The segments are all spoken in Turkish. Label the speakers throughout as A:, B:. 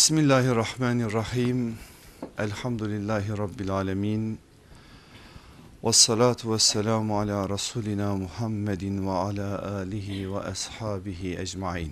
A: Bismillahirrahmanirrahim. Elhamdülillahi Rabbil alemin. Vessalatu vesselamu ala Resulina Muhammedin ve ala alihi ve ashabihi ecmain.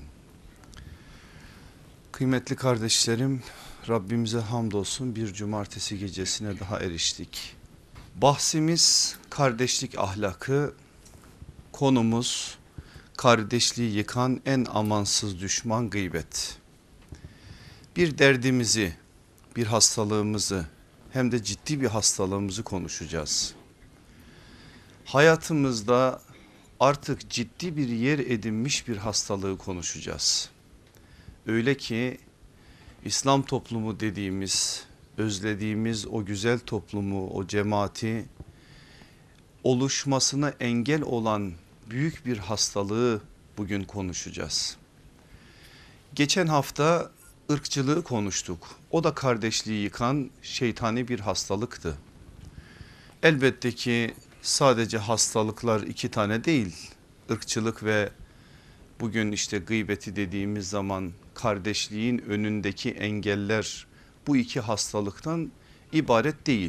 A: Kıymetli kardeşlerim, Rabbimize hamdolsun bir cumartesi gecesine daha eriştik. Bahsimiz kardeşlik ahlakı, konumuz kardeşliği yıkan en amansız düşman gıybet. Bir derdimizi, bir hastalığımızı hem de ciddi bir hastalığımızı konuşacağız. Hayatımızda artık ciddi bir yer edinmiş bir hastalığı konuşacağız. Öyle ki İslam toplumu dediğimiz, özlediğimiz o güzel toplumu, o cemaati oluşmasına engel olan büyük bir hastalığı bugün konuşacağız. Geçen hafta ırkçılığı konuştuk. O da kardeşliği yıkan şeytani bir hastalıktı. Elbette ki sadece hastalıklar iki tane değil. Irkçılık ve bugün işte gıybeti dediğimiz zaman kardeşliğin önündeki engeller bu iki hastalıktan ibaret değil.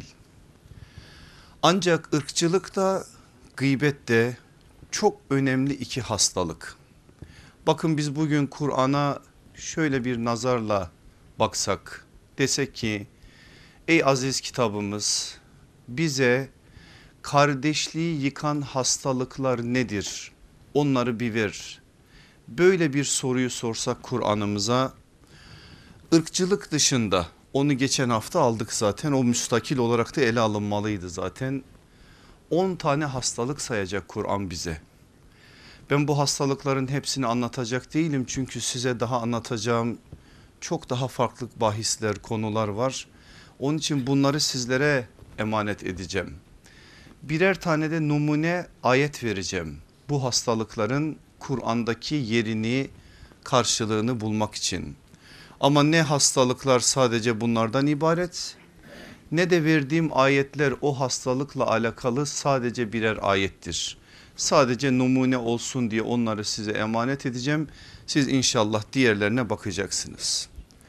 A: Ancak ırkçılık da gıybet de çok önemli iki hastalık. Bakın biz bugün Kur'an'a şöyle bir nazarla baksak, desek ki ey aziz kitabımız, bize kardeşliği yıkan hastalıklar nedir? Onları bir ver. Böyle bir soruyu sorsak Kur'an'ımıza, ırkçılık dışında, onu geçen hafta aldık zaten, o müstakil olarak da ele alınmalıydı zaten. 10 tane hastalık sayacak Kur'an bize. Ben bu hastalıkların hepsini anlatacak değilim, çünkü size daha anlatacağım çok daha farklı bahisler, konular var. Onun için bunları sizlere emanet edeceğim. Birer tane de numune ayet vereceğim. Bu hastalıkların Kur'an'daki yerini, karşılığını bulmak için. Ama ne hastalıklar sadece bunlardan ibaret, ne de verdiğim ayetler o hastalıkla alakalı sadece birer ayettir. Sadece numune olsun diye onları size emanet edeceğim. Siz inşallah diğerlerine bakacaksınız.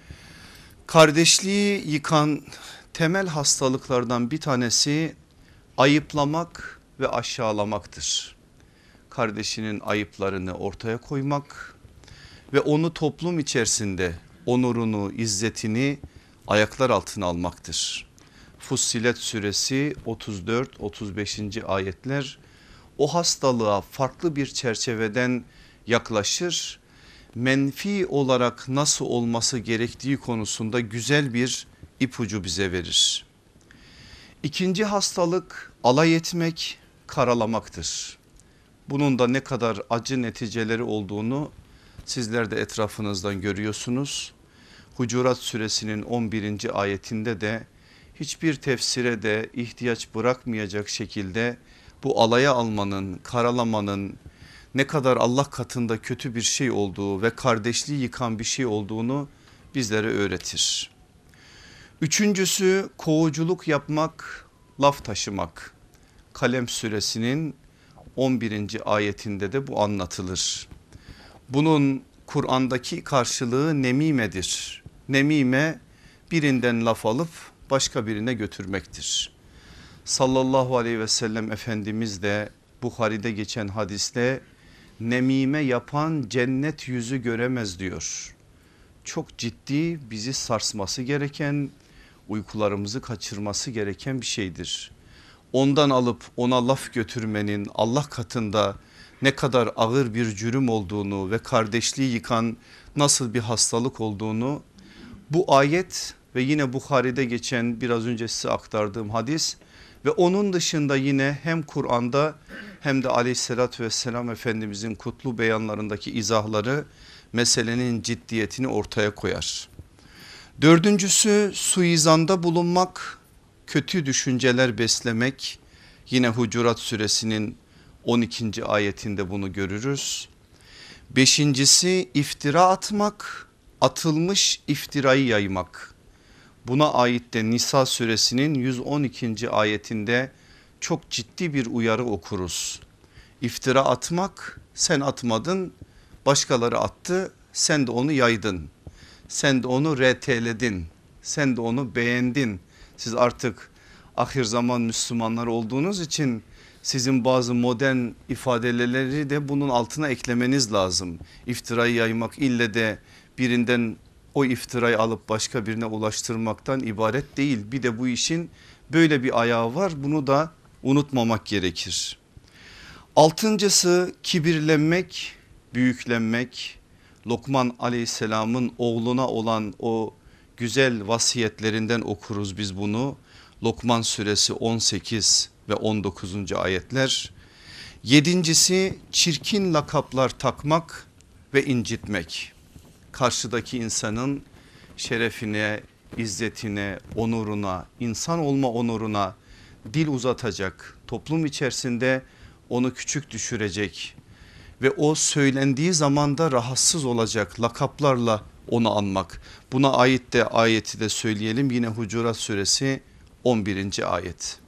A: Kardeşliği yıkan temel hastalıklardan bir tanesi ayıplamak ve aşağılamaktır. Kardeşinin ayıplarını ortaya koymak ve onu toplum içerisinde onurunu, izzetini ayaklar altına almaktır. Fussilet suresi 34-35. ayetler o hastalığa farklı bir çerçeveden yaklaşır. Menfi olarak nasıl olması gerektiği konusunda güzel bir ipucu bize verir. İkinci hastalık alay etmek, karalamaktır. Bunun da ne kadar acı neticeleri olduğunu sizler de etrafınızdan görüyorsunuz. Hucurat suresinin 11. ayetinde de hiçbir tefsire de ihtiyaç bırakmayacak şekilde bu alaya almanın, karalamanın ne kadar Allah katında kötü bir şey olduğu ve kardeşliği yıkan bir şey olduğunu bizlere öğretir. Üçüncüsü kovuculuk yapmak, laf taşımak. Kalem suresinin 11. ayetinde de bu anlatılır. Bunun Kur'an'daki karşılığı nemimedir. Nemime birinden laf alıp başka birine götürmektir. Sallallahu aleyhi ve sellem Efendimiz de Buhari'de geçen hadiste nemime yapan cennet yüzü göremez diyor. Çok ciddi, bizi sarsması gereken, uykularımızı kaçırması gereken bir şeydir. Ondan alıp ona laf götürmenin Allah katında ne kadar ağır bir cürüm olduğunu ve kardeşliği yıkan nasıl bir hastalık olduğunu bu ayet ve yine Buhari'de geçen biraz önce size aktardığım hadis ve onun dışında yine hem Kur'an'da hem de aleyhissalatü vesselam Efendimizin kutlu beyanlarındaki izahları meselenin ciddiyetini ortaya koyar. Dördüncüsü suizanda bulunmak, kötü düşünceler beslemek. Yine Hucurat suresinin 12. ayetinde bunu görürüz. Beşincisi iftira atmak, atılmış iftirayı yaymak. Buna ait de Nisa suresinin 112. ayetinde çok ciddi bir uyarı okuruz. İftira atmak, sen atmadın, başkaları attı, sen de onu yaydın. Sen de onu RT'ledin. Sen de onu beğendin. Siz artık ahir zaman Müslümanlar olduğunuz için sizin bazı modern ifadeleri de bunun altına eklemeniz lazım. İftirayı yaymak ille de birinden o iftirayı alıp başka birine ulaştırmaktan ibaret değil. Bir de bu işin böyle bir ayağı var, bunu da unutmamak gerekir. Altıncısı kibirlenmek, büyüklenmek. Lokman aleyhisselamın oğluna olan o güzel vasiyetlerinden okuruz biz bunu. Lokman suresi 18 ve 19. ayetler. Yedincisi çirkin lakaplar takmak ve incitmek. Karşıdaki insanın şerefine, izzetine, onuruna, insan olma onuruna dil uzatacak, toplum içerisinde onu küçük düşürecek ve o söylendiği zaman da rahatsız olacak lakaplarla onu anmak. Buna ait de ayeti de söyleyelim, yine Hucurat suresi 11. ayet.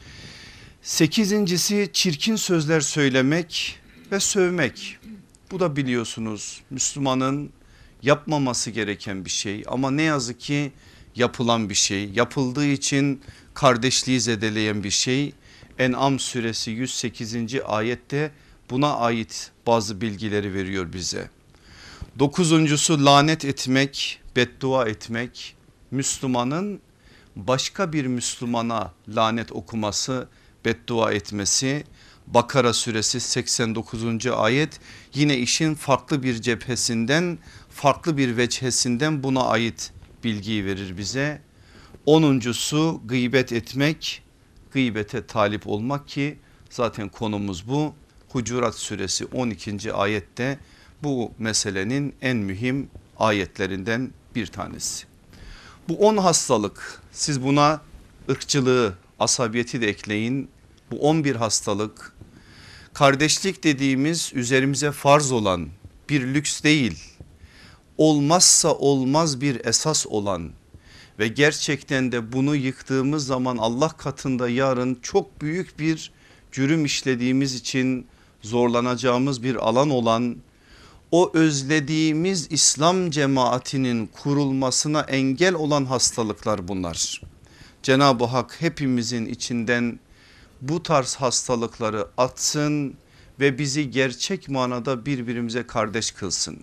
A: Sekizincisi çirkin sözler söylemek ve sövmek. Bu da biliyorsunuz Müslümanın yapmaması gereken bir şey ama ne yazık ki yapılan bir şey. Yapıldığı için kardeşliği zedeleyen bir şey. En'am suresi 108. ayette buna ait bazı bilgileri veriyor bize. Dokuzuncusu lanet etmek, beddua etmek. Müslümanın başka bir Müslümana lanet okuması, beddua etmesi. Bakara suresi 89. ayet yine işin farklı bir cephesinden, farklı bir vechesinden buna ait bilgiyi verir bize. Onuncusu gıybet etmek, gıybete talip olmak ki zaten konumuz bu. Hucurat suresi 12. ayette bu meselenin en mühim ayetlerinden bir tanesi. Bu 10 hastalık, siz buna ırkçılığı, asabiyeti de ekleyin. Bu 11 hastalık kardeşlik dediğimiz üzerimize farz olan bir lüks değil, olmazsa olmaz bir esas olan ve gerçekten de bunu yıktığımız zaman Allah katında yarın çok büyük bir cürüm işlediğimiz için zorlanacağımız bir alan olan, o özlediğimiz İslam cemaatinin kurulmasına engel olan hastalıklar bunlar. Cenab-ı Hak hepimizin içinden bu tarz hastalıkları atsın ve bizi gerçek manada birbirimize kardeş kılsın.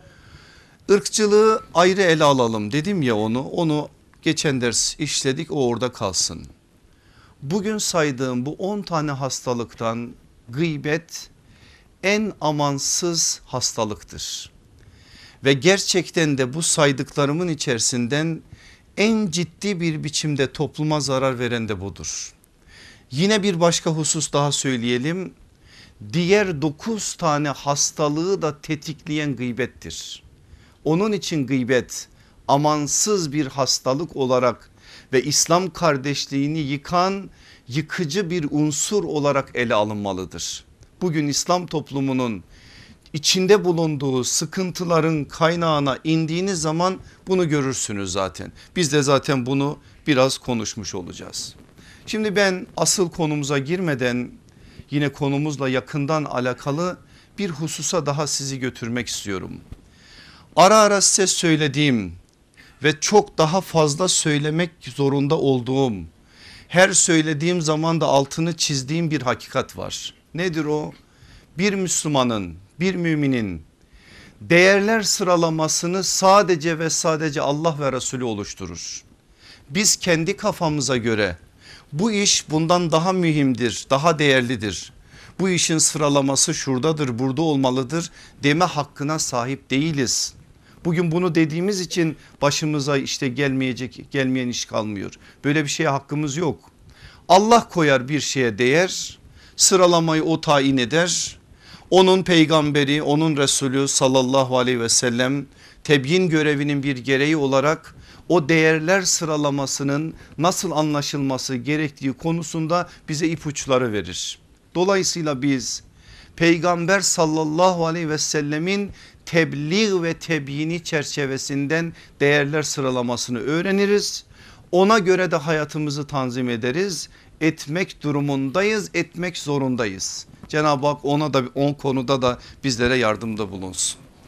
A: Irkçılığı ayrı ele alalım dedim ya, onu geçen ders işledik, o orada kalsın. Bugün saydığım bu 10 tane hastalıktan gıybet en amansız hastalıktır. Ve gerçekten de bu saydıklarımın içerisinden en ciddi bir biçimde topluma zarar veren de budur. Yine bir başka husus daha söyleyelim. Diğer 9 tane hastalığı da tetikleyen gıybettir. Onun için gıybet amansız bir hastalık olarak ve İslam kardeşliğini yıkan yıkıcı bir unsur olarak ele alınmalıdır. Bugün İslam toplumunun içinde bulunduğu sıkıntıların kaynağına indiğiniz zaman bunu görürsünüz zaten. Biz de zaten bunu biraz konuşmuş olacağız. Şimdi ben asıl konumuza girmeden yine konumuzla yakından alakalı bir hususa daha sizi götürmek istiyorum. Ara ara size söylediğim ve çok daha fazla söylemek zorunda olduğum, her söylediğim zaman da altını çizdiğim bir hakikat var. Nedir o? Bir Müslümanın, bir müminin değerler sıralamasını sadece ve sadece Allah ve Resulü oluşturur. Biz kendi kafamıza göre bu iş bundan daha mühimdir, daha değerlidir, bu işin sıralaması şuradadır, burada olmalıdır deme hakkına sahip değiliz. Bugün bunu dediğimiz için başımıza işte gelmeyen iş kalmıyor. Böyle bir şeye hakkımız yok. Allah koyar bir şeye değer, sıralamayı o tayin eder. Onun peygamberi, onun Resulü sallallahu aleyhi ve sellem tebyin görevinin bir gereği olarak o değerler sıralamasının nasıl anlaşılması gerektiği konusunda bize ipuçları verir. Dolayısıyla biz Peygamber sallallahu aleyhi ve sellemin tebliğ ve tebyini çerçevesinden değerler sıralamasını öğreniriz. Ona göre de hayatımızı tanzim ederiz. Etmek durumundayız, etmek zorundayız. Cenab-ı Hak ona da 10 konuda da bizlere yardımda bulunsun.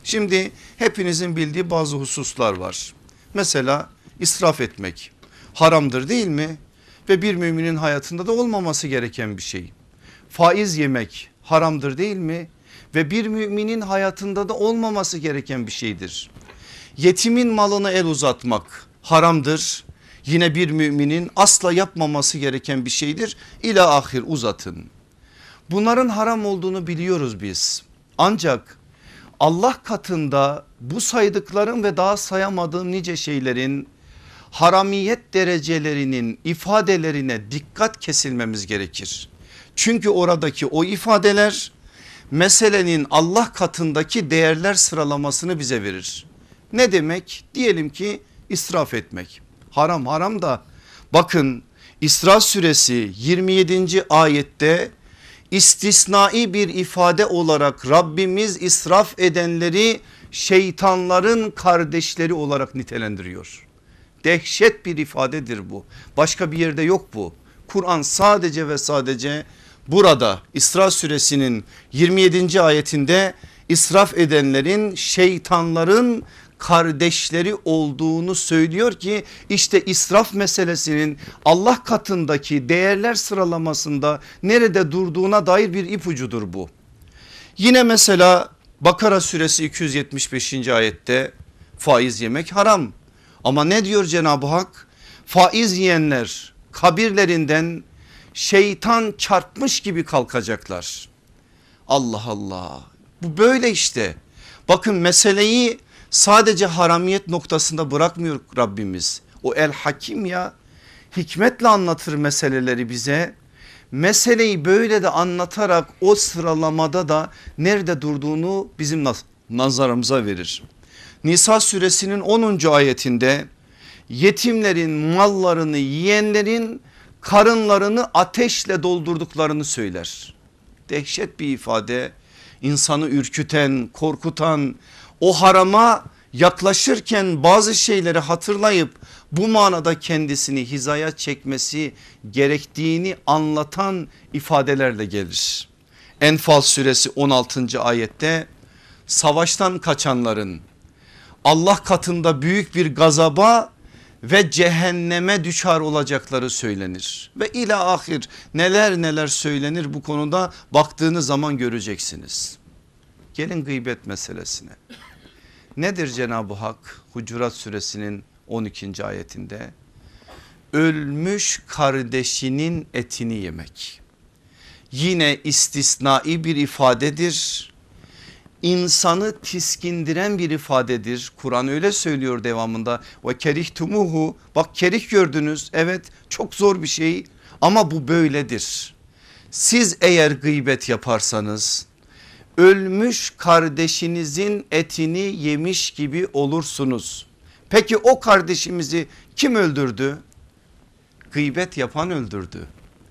A: Şimdi hepinizin bildiği bazı hususlar var. Mesela israf etmek haramdır değil mi? Ve bir müminin hayatında da olmaması gereken bir şey. Faiz yemek haramdır değil mi? Ve bir müminin hayatında da olmaması gereken bir şeydir. Yetimin malına el uzatmak haramdır. Yine bir müminin asla yapmaması gereken bir şeydir. İla ahir uzatın. Bunların haram olduğunu biliyoruz biz. Ancak Allah katında bu saydıklarım ve daha sayamadığım nice şeylerin haramiyet derecelerinin ifadelerine dikkat kesilmemiz gerekir. Çünkü oradaki o ifadeler meselenin Allah katındaki değerler sıralamasını bize verir. Ne demek? Diyelim ki israf etmek. Haram haram da bakın İsra suresi 27. ayette istisnai bir ifade olarak Rabbimiz israf edenleri şeytanların kardeşleri olarak nitelendiriyor. Dehşet bir ifadedir bu. Başka bir yerde yok bu. Kur'an sadece ve sadece burada İsra suresinin 27. ayetinde israf edenlerin şeytanların kardeşleri olduğunu söylüyor ki işte israf meselesinin Allah katındaki değerler sıralamasında nerede durduğuna dair bir ipucudur bu. Yine mesela Bakara suresi 275. ayette faiz yemek haram. Ama ne diyor Cenab-ı Hak? Faiz yiyenler kabirlerinden şeytan çarpmış gibi kalkacaklar. Allah Allah, bu böyle işte. Bakın meseleyi sadece haramiyet noktasında bırakmıyor Rabbimiz. O El Hakim ya, hikmetle anlatır meseleleri bize. Meseleyi böyle de anlatarak o sıralamada da nerede durduğunu bizim nazarımıza verir. Nisa suresinin 10. ayetinde yetimlerin mallarını yiyenlerin karınlarını ateşle doldurduklarını söyler. Dehşet bir ifade, insanı ürküten, korkutan, o harama yaklaşırken bazı şeyleri hatırlayıp bu manada kendisini hizaya çekmesi gerektiğini anlatan ifadelerle gelir. Enfal suresi 16. ayette savaştan kaçanların Allah katında büyük bir gazaba ve cehenneme düşar olacakları söylenir. Ve ila ahir neler neler söylenir bu konuda, baktığınız zaman göreceksiniz. Gelin gıybet meselesine. Nedir Cenab-ı Hak Hucurat suresinin 12. ayetinde? Ölmüş kardeşinin etini yemek. Yine istisnai bir ifadedir. İnsanı tiskindiren bir ifadedir. Kur'an öyle söylüyor devamında. Ve kerihtumuhu, bak kerih gördünüz, evet çok zor bir şey ama bu böyledir. Siz eğer gıybet yaparsanız ölmüş kardeşinizin etini yemiş gibi olursunuz. Peki o kardeşimizi kim öldürdü? Gıybet yapan öldürdü.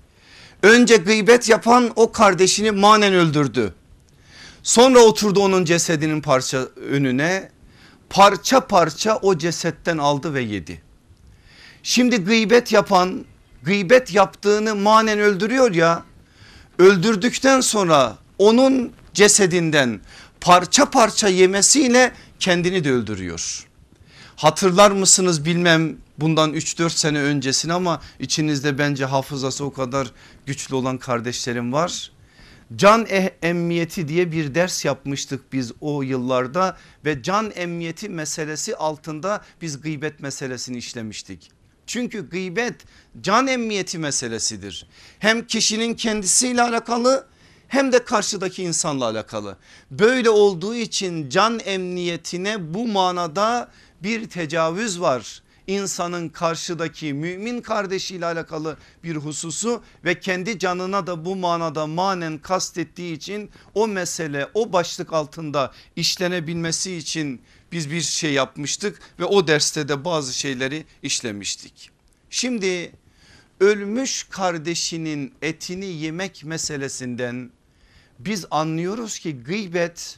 A: Önce gıybet yapan o kardeşini manen öldürdü. Sonra oturdu onun cesedinin önüne, parça parça o cesetten aldı ve yedi. Şimdi gıybet yapan gıybet yaptığını manen öldürüyor ya, öldürdükten sonra onun cesedinden parça parça yemesiyle kendini de öldürüyor. Hatırlar mısınız bilmem bundan 3-4 sene öncesini, ama içinizde bence hafızası o kadar güçlü olan kardeşlerim var. Can emniyeti diye bir ders yapmıştık biz o yıllarda ve can emniyeti meselesi altında biz gıybet meselesini işlemiştik. Çünkü gıybet can emniyeti meselesidir. Hem kişinin kendisiyle alakalı hem de karşıdaki insanla alakalı. Böyle olduğu için can emniyetine bu manada bir tecavüz var. İnsanın karşıdaki mümin kardeşiyle alakalı bir hususu ve kendi canına da bu manada manen kastettiği için o mesele o başlık altında işlenebilmesi için biz bir şey yapmıştık ve o derste de bazı şeyleri işlemiştik. Şimdi ölmüş kardeşinin etini yemek meselesinden biz anlıyoruz ki gıybet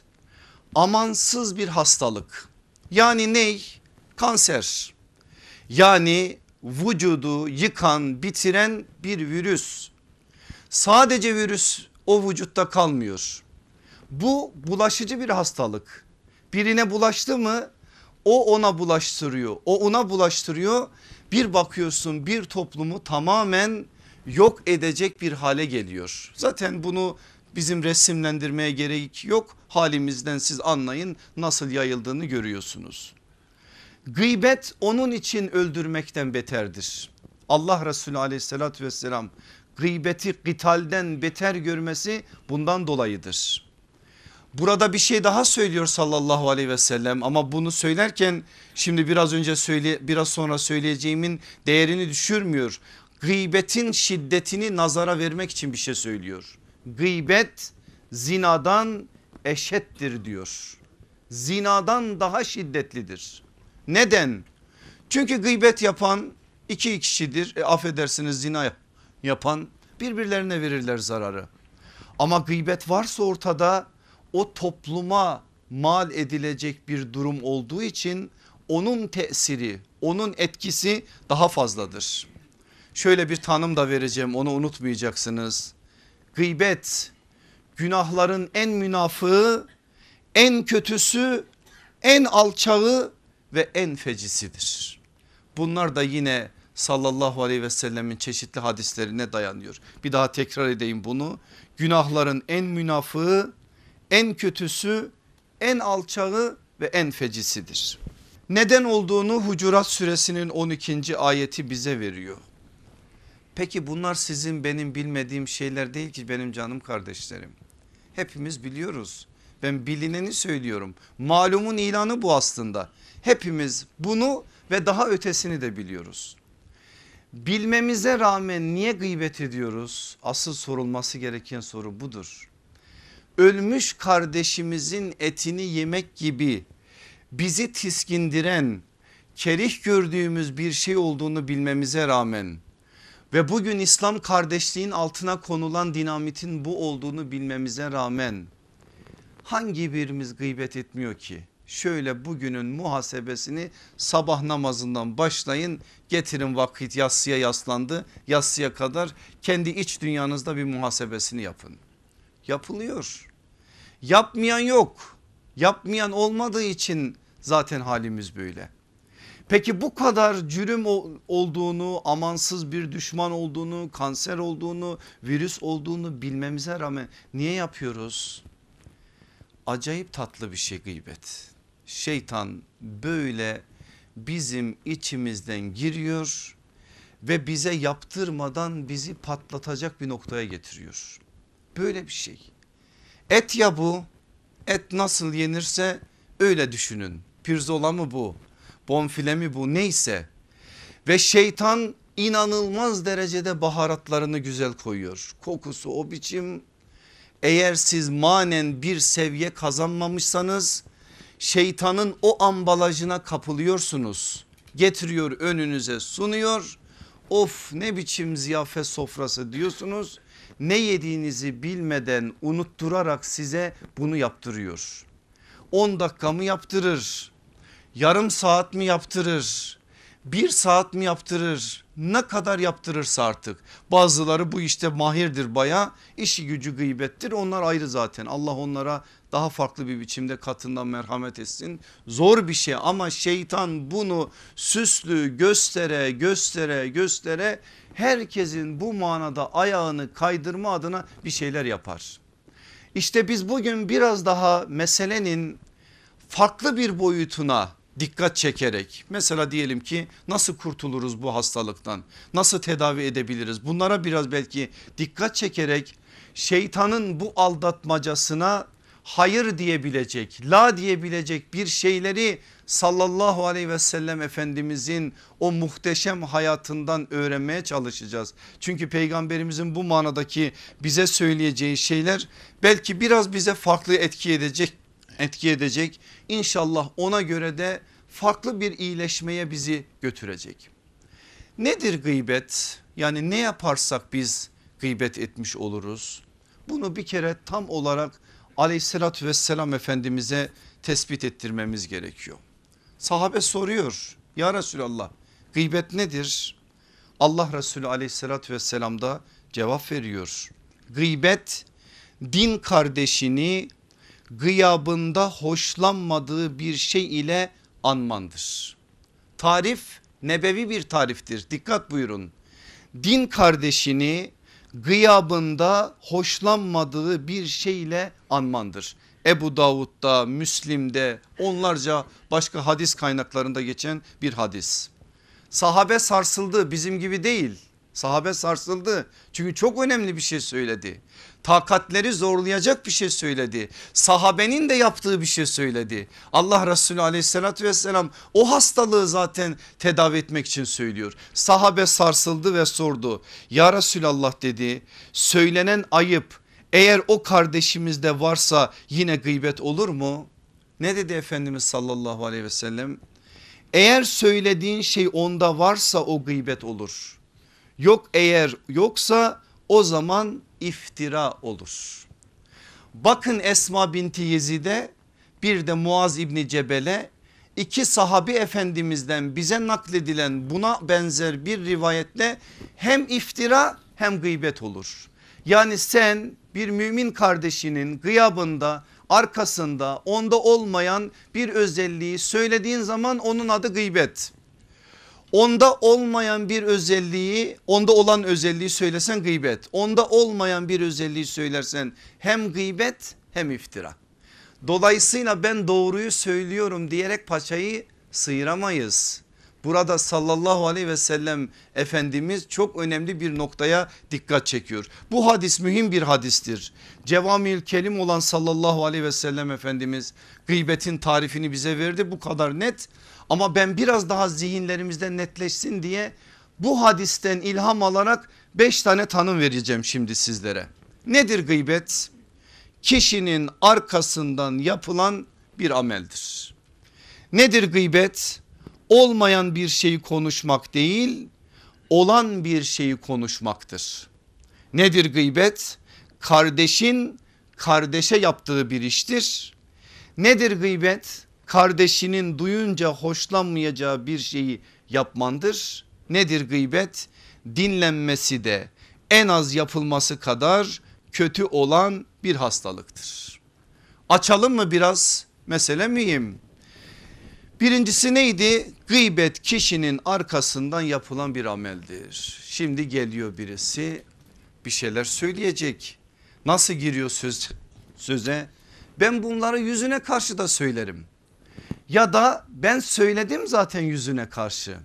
A: amansız bir hastalık. Yani ney? Kanser. Yani vücudu yıkan, bitiren bir virüs. Sadece virüs o vücutta kalmıyor. Bu bulaşıcı bir hastalık. Birine bulaştı mı o ona bulaştırıyor, o ona bulaştırıyor. Bir bakıyorsun bir toplumu tamamen yok edecek bir hale geliyor. Zaten bunu bizim resimlendirmeye gerek yok. Halimizden siz anlayın, nasıl yayıldığını görüyorsunuz. Gıybet onun için öldürmekten beterdir. Allah Resulü aleyhissalatü vesselam gıybeti kıtalden beter görmesi bundan dolayıdır. Burada bir şey daha söylüyor sallallahu aleyhi ve sellem, ama bunu söylerken şimdi biraz sonra söyleyeceğimin değerini düşürmüyor. Gıybetin şiddetini nazara vermek için bir şey söylüyor. Gıybet zinadan eşittir diyor. Zinadan daha şiddetlidir. Neden? Çünkü gıybet yapan iki kişidir. Affedersiniz, zina yapan birbirlerine verirler zararı. Ama gıybet varsa ortada, o topluma mal edilecek bir durum olduğu için onun tesiri, onun etkisi daha fazladır. Şöyle bir tanım da vereceğim, onu unutmayacaksınız. Gıybet günahların en münafığı, en kötüsü, en alçağı ve en fecisidir. Bunlar da yine sallallahu aleyhi ve sellemin çeşitli hadislerine dayanıyor. Bir daha tekrar edeyim bunu. Günahların en münafığı, en kötüsü, en alçağı ve en fecisidir. Neden olduğunu Hucurat suresinin 12. ayeti bize veriyor. Peki bunlar sizin benim bilmediğim şeyler değil ki benim canım kardeşlerim. Hepimiz biliyoruz. Ben bilineni söylüyorum. Malumun ilanı bu aslında. Hepimiz bunu ve daha ötesini de biliyoruz. Bilmemize rağmen niye gıybet ediyoruz? Asıl sorulması gereken soru budur. Ölmüş kardeşimizin etini yemek gibi bizi tiskindiren, kerih gördüğümüz bir şey olduğunu bilmemize rağmen ve bugün İslam kardeşliğin altına konulan dinamitin bu olduğunu bilmemize rağmen hangi birimiz gıybet etmiyor ki? Şöyle bugünün muhasebesini sabah namazından başlayın, getirin, vakit yatsıya yaslandı, yatsıya kadar kendi iç dünyanızda bir muhasebesini yapın. Yapılıyor. Yapmayan yok. Yapmayan olmadığı için zaten halimiz böyle. Peki bu kadar cürüm olduğunu, amansız bir düşman olduğunu, kanser olduğunu, virüs olduğunu bilmemize rağmen niye yapıyoruz? Acayip tatlı bir şey gıybet. Şeytan böyle bizim içimizden giriyor ve bize yaptırmadan bizi patlatacak bir noktaya getiriyor. Böyle bir şey. Et ya bu, et nasıl yenirse öyle düşünün. Pirzola mı bu, bonfile mi bu, neyse. Ve şeytan inanılmaz derecede baharatlarını güzel koyuyor. Kokusu o biçim. Eğer siz manen bir seviye kazanmamışsanız şeytanın o ambalajına kapılıyorsunuz. Getiriyor, önünüze sunuyor. Of ne biçim ziyafet sofrası diyorsunuz. Ne yediğinizi bilmeden unutturarak size bunu yaptırıyor. 10 dakika mı yaptırır? Yarım saat mi yaptırır? 1 saat mi yaptırır? Ne kadar yaptırırsa artık. Bazıları bu işte mahirdir, baya işi gücü gıybettir, onlar ayrı zaten. Allah onlara daha farklı bir biçimde katından merhamet etsin. Zor bir şey ama şeytan bunu süslü göstere herkesin bu manada ayağını kaydırma adına bir şeyler yapar. İşte biz bugün biraz daha meselenin farklı bir boyutuna dikkat çekerek, mesela diyelim ki nasıl kurtuluruz bu hastalıktan, nasıl tedavi edebiliriz, bunlara biraz belki dikkat çekerek şeytanın bu aldatmacasına hayır diyebilecek, la diyebilecek bir şeyleri sallallahu aleyhi ve sellem Efendimizin o muhteşem hayatından öğrenmeye çalışacağız. Çünkü peygamberimizin bu manadaki bize söyleyeceği şeyler belki biraz bize farklı etki edecek. İnşallah ona göre de farklı bir iyileşmeye bizi götürecek. Nedir gıybet? Yani ne yaparsak biz gıybet etmiş oluruz? Bunu bir kere tam olarak aleyhissalatü vesselam Efendimiz'e tespit ettirmemiz gerekiyor. Sahabe soruyor, ya Resulallah gıybet nedir? Allah Resulü aleyhissalatü vesselam da cevap veriyor. Gıybet din kardeşini gıyabında hoşlanmadığı bir şey ile anmandır. Tarif nebevi bir tariftir, dikkat buyurun. Din kardeşini gıyabında hoşlanmadığı bir şeyle anmandır. Ebu Davud'da, Müslim'de, onlarca başka hadis kaynaklarında geçen bir hadis. Sahabe sarsıldı, bizim gibi değil. Sahabe sarsıldı çünkü çok önemli bir şey söyledi. Takatleri zorlayacak bir şey söyledi. Sahabenin de yaptığı bir şey söyledi. Allah Resulü aleyhissalatü vesselam o hastalığı zaten tedavi etmek için söylüyor. Sahabe sarsıldı ve sordu. Ya Resulallah dedi, söylenen ayıp eğer o kardeşimizde varsa yine gıybet olur mu? Ne dedi Efendimiz sallallahu aleyhi ve sellem? Eğer söylediğin şey onda varsa o gıybet olur. Yok eğer yoksa o zaman iftira olur. Bakın Esma binti Yezid'e, bir de Muaz İbni Cebel'e, iki sahabi efendimizden bize nakledilen buna benzer bir rivayetle hem iftira hem gıybet olur. Yani sen bir mümin kardeşinin gıyabında, arkasında, onda olmayan bir özelliği söylediğin zaman onun adı gıybet. Onda olmayan bir özelliği, onda olan özelliği söylesen gıybet. Onda olmayan bir özelliği söylersen hem gıybet hem iftira. Dolayısıyla ben doğruyu söylüyorum diyerek paçayı sıyıramayız. Burada sallallahu aleyhi ve sellem Efendimiz çok önemli bir noktaya dikkat çekiyor. Bu hadis mühim bir hadistir. Cevamiül kelim olan sallallahu aleyhi ve sellem Efendimiz gıybetin tarifini bize verdi, bu kadar net. Ama ben biraz daha zihinlerimizde netleşsin diye bu hadisten ilham alarak 5 tane tanım vereceğim şimdi sizlere. Nedir gıybet? Kişinin arkasından yapılan bir ameldir. Nedir gıybet? Olmayan bir şeyi konuşmak değil, olan bir şeyi konuşmaktır. Nedir gıybet? Kardeşin kardeşe yaptığı bir iştir. Nedir gıybet? Kardeşinin duyunca hoşlanmayacağı bir şeyi yapmandır. Nedir gıybet? Dinlenmesi de en az yapılması kadar kötü olan bir hastalıktır. Açalım mı biraz? Mesele mühim. Birincisi neydi? Gıybet kişinin arkasından yapılan bir ameldir. Şimdi geliyor birisi bir şeyler söyleyecek. Nasıl giriyor söze? Ben bunları yüzüne karşı da söylerim. Ya da ben söyledim zaten yüzüne karşı.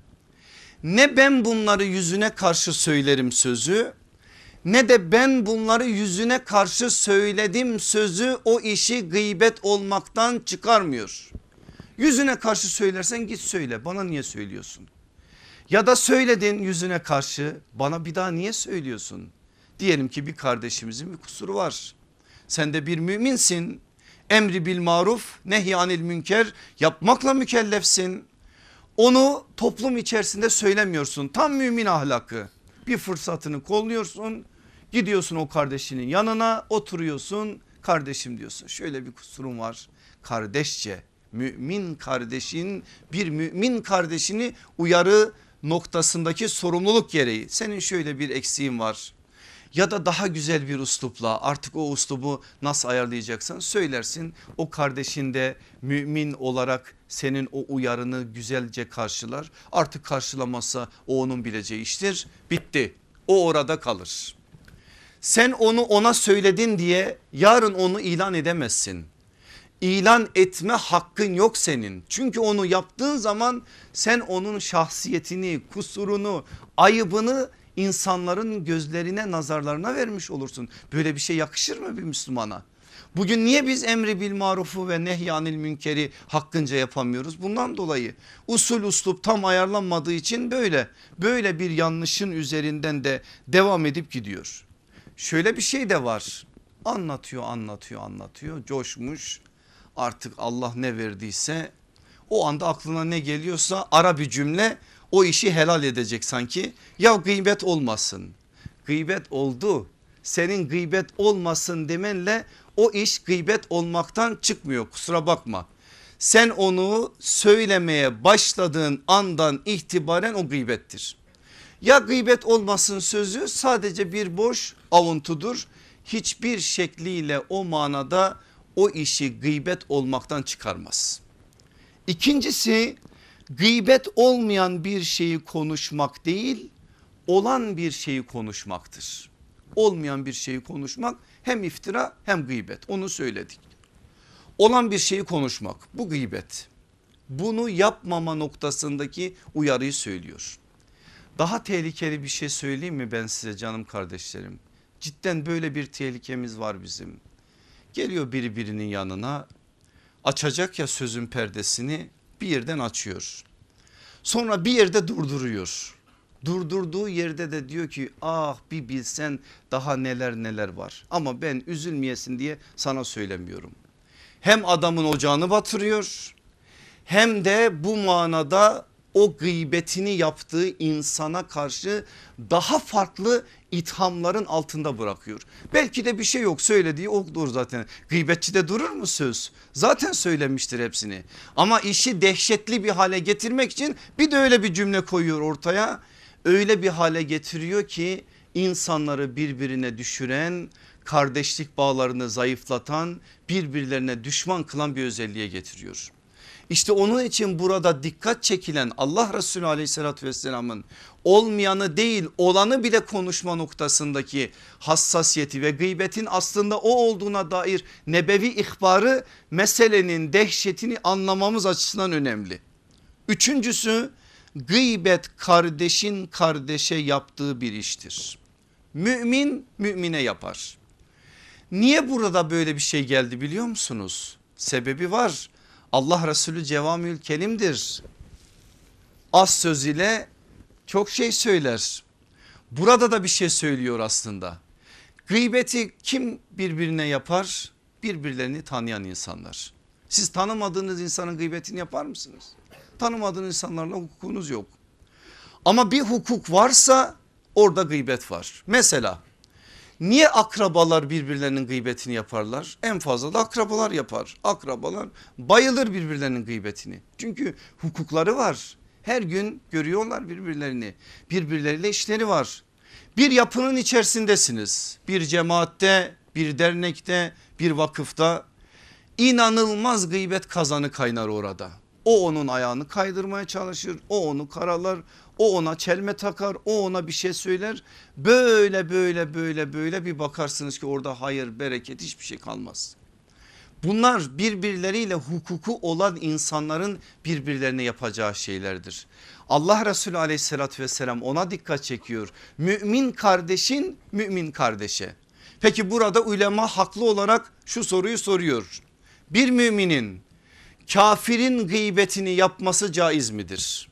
A: Ne ben bunları yüzüne karşı söylerim sözü, ne de ben bunları yüzüne karşı söyledim sözü o işi gıybet olmaktan çıkarmıyor. Yüzüne karşı söylersen git söyle, bana niye söylüyorsun? Ya da söyledin yüzüne karşı, bana bir daha niye söylüyorsun? Diyelim ki bir kardeşimizin bir kusuru var. Sen de bir müminsin. Emri bil maruf nehyanil münker yapmakla mükellefsin. Onu toplum içerisinde söylemiyorsun, tam mümin ahlakı. Bir fırsatını kolluyorsun, gidiyorsun o kardeşinin yanına, oturuyorsun, kardeşim diyorsun şöyle bir kusurum var. Kardeşçe, mümin kardeşin bir mümin kardeşini uyarı noktasındaki sorumluluk gereği, senin şöyle bir eksiğin var. Ya da daha güzel bir üslupla, artık o üslubu nasıl ayarlayacaksan söylersin. O kardeşin de mümin olarak senin o uyarını güzelce karşılar. Artık karşılamazsa o onun bileceği iştir. Bitti. O orada kalır. Sen onu ona söyledin diye yarın onu ilan edemezsin. İlan etme hakkın yok senin. Çünkü onu yaptığın zaman sen onun şahsiyetini, kusurunu, ayıbını insanların gözlerine, nazarlarına vermiş olursun. Böyle bir şey yakışır mı bir Müslümana? Bugün niye biz emri bil marufu ve nehyanil münkeri hakkınca yapamıyoruz? Bundan dolayı usul uslup tam ayarlanmadığı için böyle bir yanlışın üzerinden de devam edip gidiyor. Şöyle bir şey de var, anlatıyor coşmuş, artık Allah ne verdiyse o anda aklına ne geliyorsa ara bir cümle o işi helal edecek sanki. Ya gıybet olmasın, gıybet oldu, senin gıybet olmasın demenle o iş gıybet olmaktan çıkmıyor, kusura bakma. Sen onu söylemeye başladığın andan itibaren o gıybettir. Ya gıybet olmasın sözü sadece bir boş avuntudur, hiçbir şekliyle o manada o işi gıybet olmaktan çıkarmaz. İkincisi, gıybet olmayan bir şeyi konuşmak değil, olan bir şeyi konuşmaktır. Olmayan bir şeyi konuşmak hem iftira hem gıybet, onu söyledik. Olan bir şeyi konuşmak, bu gıybet. Bunu yapmama noktasındaki uyarıyı söylüyor. Daha tehlikeli bir şey söyleyeyim mi ben size canım kardeşlerim? Cidden böyle bir tehlikemiz var bizim. Geliyor biri birinin yanına, açacak ya sözün perdesini, bir yerden açıyor. Sonra bir yerde durduruyor. Durdurduğu yerde de diyor ki ah bir bilsen daha neler neler var. Ama ben üzülmeyesin diye sana söylemiyorum. Hem adamın ocağını batırıyor, hem de bu manada o gıybetini yaptığı insana karşı daha farklı ithamların altında bırakıyor. Belki de bir şey yok, söylediği odur zaten. Gıybetçi de durur mu söz? Zaten söylemiştir hepsini. Ama işi dehşetli bir hale getirmek için bir de öyle bir cümle koyuyor ortaya. Öyle bir hale getiriyor ki insanları birbirine düşüren, kardeşlik bağlarını zayıflatan, birbirlerine düşman kılan bir özelliğe getiriyor. İşte onun için burada dikkat çekilen Allah Resulü aleyhissalatü vesselamın olmayanı değil olanı bile konuşma noktasındaki hassasiyeti ve gıybetin aslında o olduğuna dair nebevi ihbarı meselenin dehşetini anlamamız açısından önemli. Üçüncüsü, gıybet kardeşin kardeşe yaptığı bir iştir. Mümin mümine yapar. Niye burada böyle bir şey geldi biliyor musunuz? Sebebi var. Allah Resulü Cevamül Kelim'dir. Az söz ile çok şey söyler. Burada da bir şey söylüyor aslında. Gıybeti kim birbirine yapar? Birbirlerini tanıyan insanlar. Siz tanımadığınız insanın gıybetini yapar mısınız? Tanımadığınız insanlarla hukukunuz yok. Ama bir hukuk varsa orada gıybet var. Mesela niye akrabalar birbirlerinin gıybetini yaparlar? En fazla da akrabalar yapar. Akrabalar bayılır birbirlerinin gıybetini. Çünkü hukukları var. Her gün görüyorlar birbirlerini. Birbirleriyle işleri var. Bir yapının içerisindesiniz. Bir cemaatte, bir dernekte, bir vakıfta. İnanılmaz gıybet kazanı kaynar orada. O onun ayağını kaydırmaya çalışır. O onu karalar. O ona çelme takar. O ona bir şey söyler. Böyle bir bakarsınız ki orada hayır, bereket, hiçbir şey kalmaz. Bunlar birbirleriyle hukuku olan insanların birbirlerine yapacağı şeylerdir. Allah Resulü aleyhissalatü vesselam ona dikkat çekiyor. Mümin kardeşin mümin kardeşe. Peki burada ulema haklı olarak şu soruyu soruyor. Bir müminin kafirin gıybetini yapması caiz midir?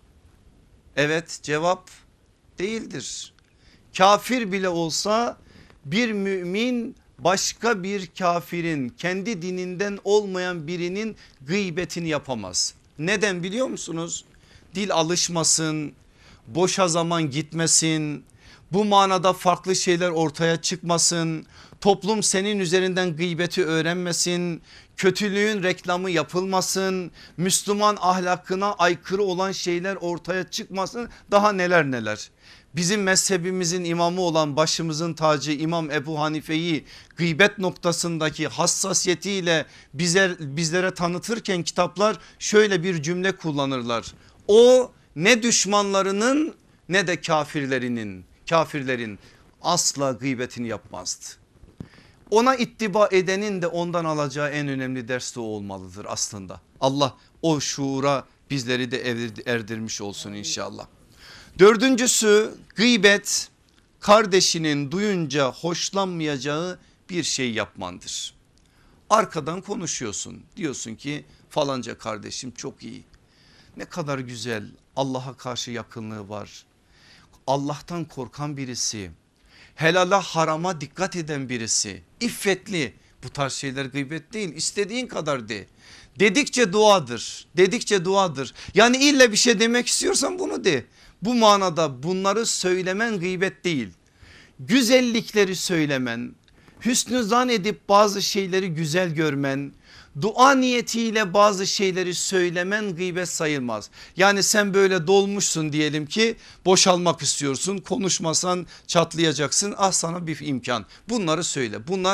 A: Evet, cevap değildir. Kafir bile olsa bir mümin başka bir kafirin, kendi dininden olmayan birinin gıybetini yapamaz. Neden biliyor musunuz? Dil alışmasın, boşa zaman gitmesin, bu manada farklı şeyler ortaya çıkmasın, toplum senin üzerinden gıybeti öğrenmesin, kötülüğün reklamı yapılmasın, Müslüman ahlakına aykırı olan şeyler ortaya çıkmasın, daha neler neler. Bizim mezhebimizin imamı olan başımızın tacı İmam Ebu Hanife'yi gıybet noktasındaki hassasiyetiyle bizlere tanıtırken kitaplar şöyle bir cümle kullanırlar. O ne düşmanlarının ne de kafirlerin asla gıybetini yapmazdı. Ona ittiba edenin de ondan alacağı en önemli ders de o olmalıdır aslında. Allah o şuura bizleri de erdirmiş olsun inşallah. Dördüncüsü, gıybet kardeşinin duyunca hoşlanmayacağı bir şey yapmandır. Arkadan konuşuyorsun, diyorsun ki falanca kardeşim çok iyi, ne kadar güzel, Allah'a karşı yakınlığı var, Allah'tan korkan birisi, helala harama dikkat eden birisi, iffetli. Bu tarz şeyler gıybet değil, istediğin kadar de. Dedikçe duadır. Yani illa bir şey demek istiyorsan bunu de. Bu manada bunları söylemen gıybet değil. Güzellikleri söylemen, hüsnü zan edip bazı şeyleri güzel görmen, dua niyetiyle bazı şeyleri söylemen gıybet sayılmaz. Yani sen böyle dolmuşsun diyelim ki, boşalmak istiyorsun, konuşmasan çatlayacaksın, ah sana bir imkan, bunları söyle, bunlar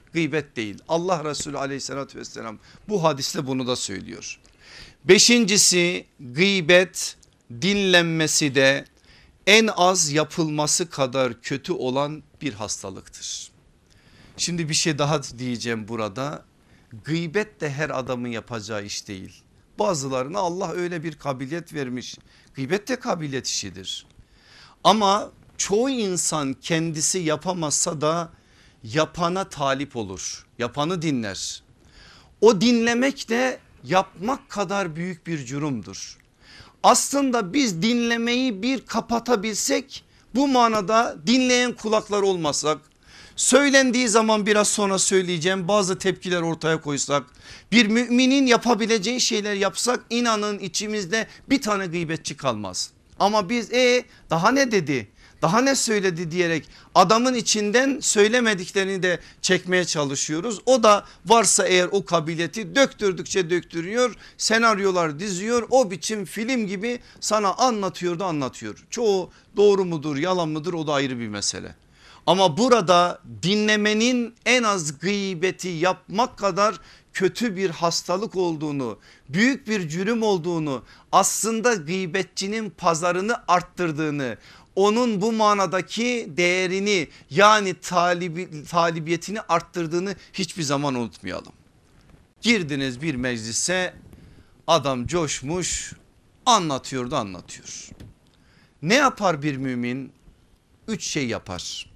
A: gıybet değil. Allah Resulü aleyhissalatü vesselam bu hadiste bunu da söylüyor. Beşincisi, gıybet dinlenmesi de en az yapılması kadar kötü olan bir hastalıktır. Şimdi bir şey daha diyeceğim burada. Gıybet de her adamın yapacağı iş değil. Bazılarına Allah öyle bir kabiliyet vermiş. Gıybet de kabiliyet işidir. Ama çoğu insan kendisi yapamazsa da yapana talip olur. Yapanı dinler. O dinlemek de yapmak kadar büyük bir cürümdür. Aslında biz dinlemeyi bir kapatabilsek, bu manada dinleyen kulaklar olmasak, söylendiği zaman biraz sonra söyleyeceğim bazı tepkiler ortaya koysak, bir müminin yapabileceği şeyler yapsak, inanın içimizde bir tane gıybetçi kalmaz. Ama biz daha ne dedi, daha ne söyledi diyerek adamın içinden söylemediklerini de çekmeye çalışıyoruz. O da varsa eğer o kabiliyeti döktürdükçe döktürüyor, senaryolar diziyor, o biçim film gibi sana anlatıyor da anlatıyor. Çoğu doğru mudur yalan mıdır o da ayrı bir mesele. Ama burada dinlemenin en az gıybeti yapmak kadar kötü bir hastalık olduğunu, büyük bir cürüm olduğunu, aslında gıybetçinin pazarını arttırdığını, onun bu manadaki değerini yani talibiyetini arttırdığını hiçbir zaman unutmayalım. Girdiniz bir meclise, adam coşmuş, anlatıyor da anlatıyor. Ne yapar bir mümin? 3 şey yapar.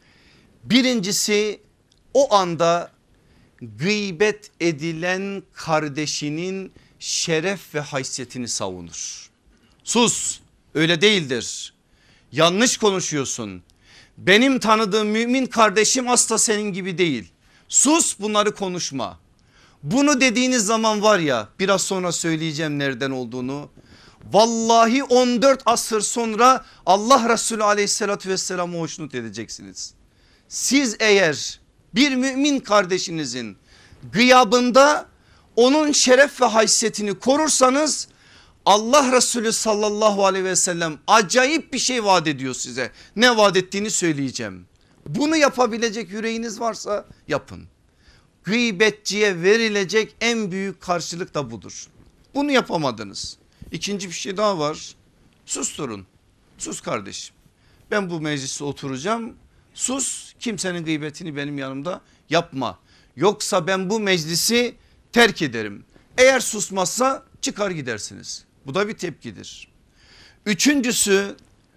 A: Birincisi, o anda gıybet edilen kardeşinin şeref ve haysiyetini savunur. Sus, öyle değildir. Yanlış konuşuyorsun. Benim tanıdığım mümin kardeşim asla senin gibi değil. Sus, bunları konuşma. Bunu dediğiniz zaman var ya, biraz sonra söyleyeceğim nereden olduğunu. Vallahi 14 asır sonra Allah Resulü aleyhissalatü vesselam'ı hoşnut edeceksiniz. Siz eğer bir mümin kardeşinizin gıyabında onun şeref ve haysiyetini korursanız, Allah Resulü sallallahu aleyhi ve sellem acayip bir şey vaat ediyor size. Ne vaat ettiğini söyleyeceğim. Bunu yapabilecek yüreğiniz varsa yapın. Gıybetçiye verilecek en büyük karşılık da budur. Bunu yapamadınız. İkinci bir şey daha var. Susturun. Sus kardeşim. Ben bu mecliste oturacağım. Sus, kimsenin gıybetini benim yanımda yapma. Yoksa ben bu meclisi terk ederim. Eğer susmazsa çıkar gidersiniz. Bu da bir tepkidir. Üçüncüsü,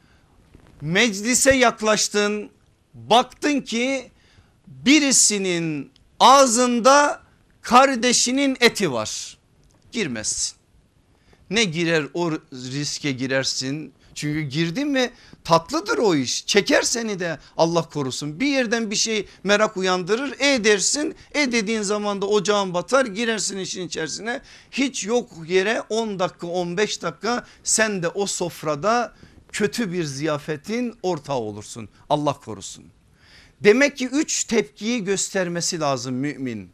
A: meclise yaklaştın, baktın ki birisinin ağzında kardeşinin eti var. Girmezsin. Ne girer o riske girersin. Çünkü girdin mi tatlıdır o iş, çeker seni de Allah korusun. Bir yerden bir şey merak uyandırır, dersin, dediğin zaman da ocağın batar, girersin işin içerisine. Hiç yok yere 10 dakika 15 dakika sen de o sofrada kötü bir ziyafetin ortağı olursun, Allah korusun. Demek ki 3 tepkiyi göstermesi lazım mümin.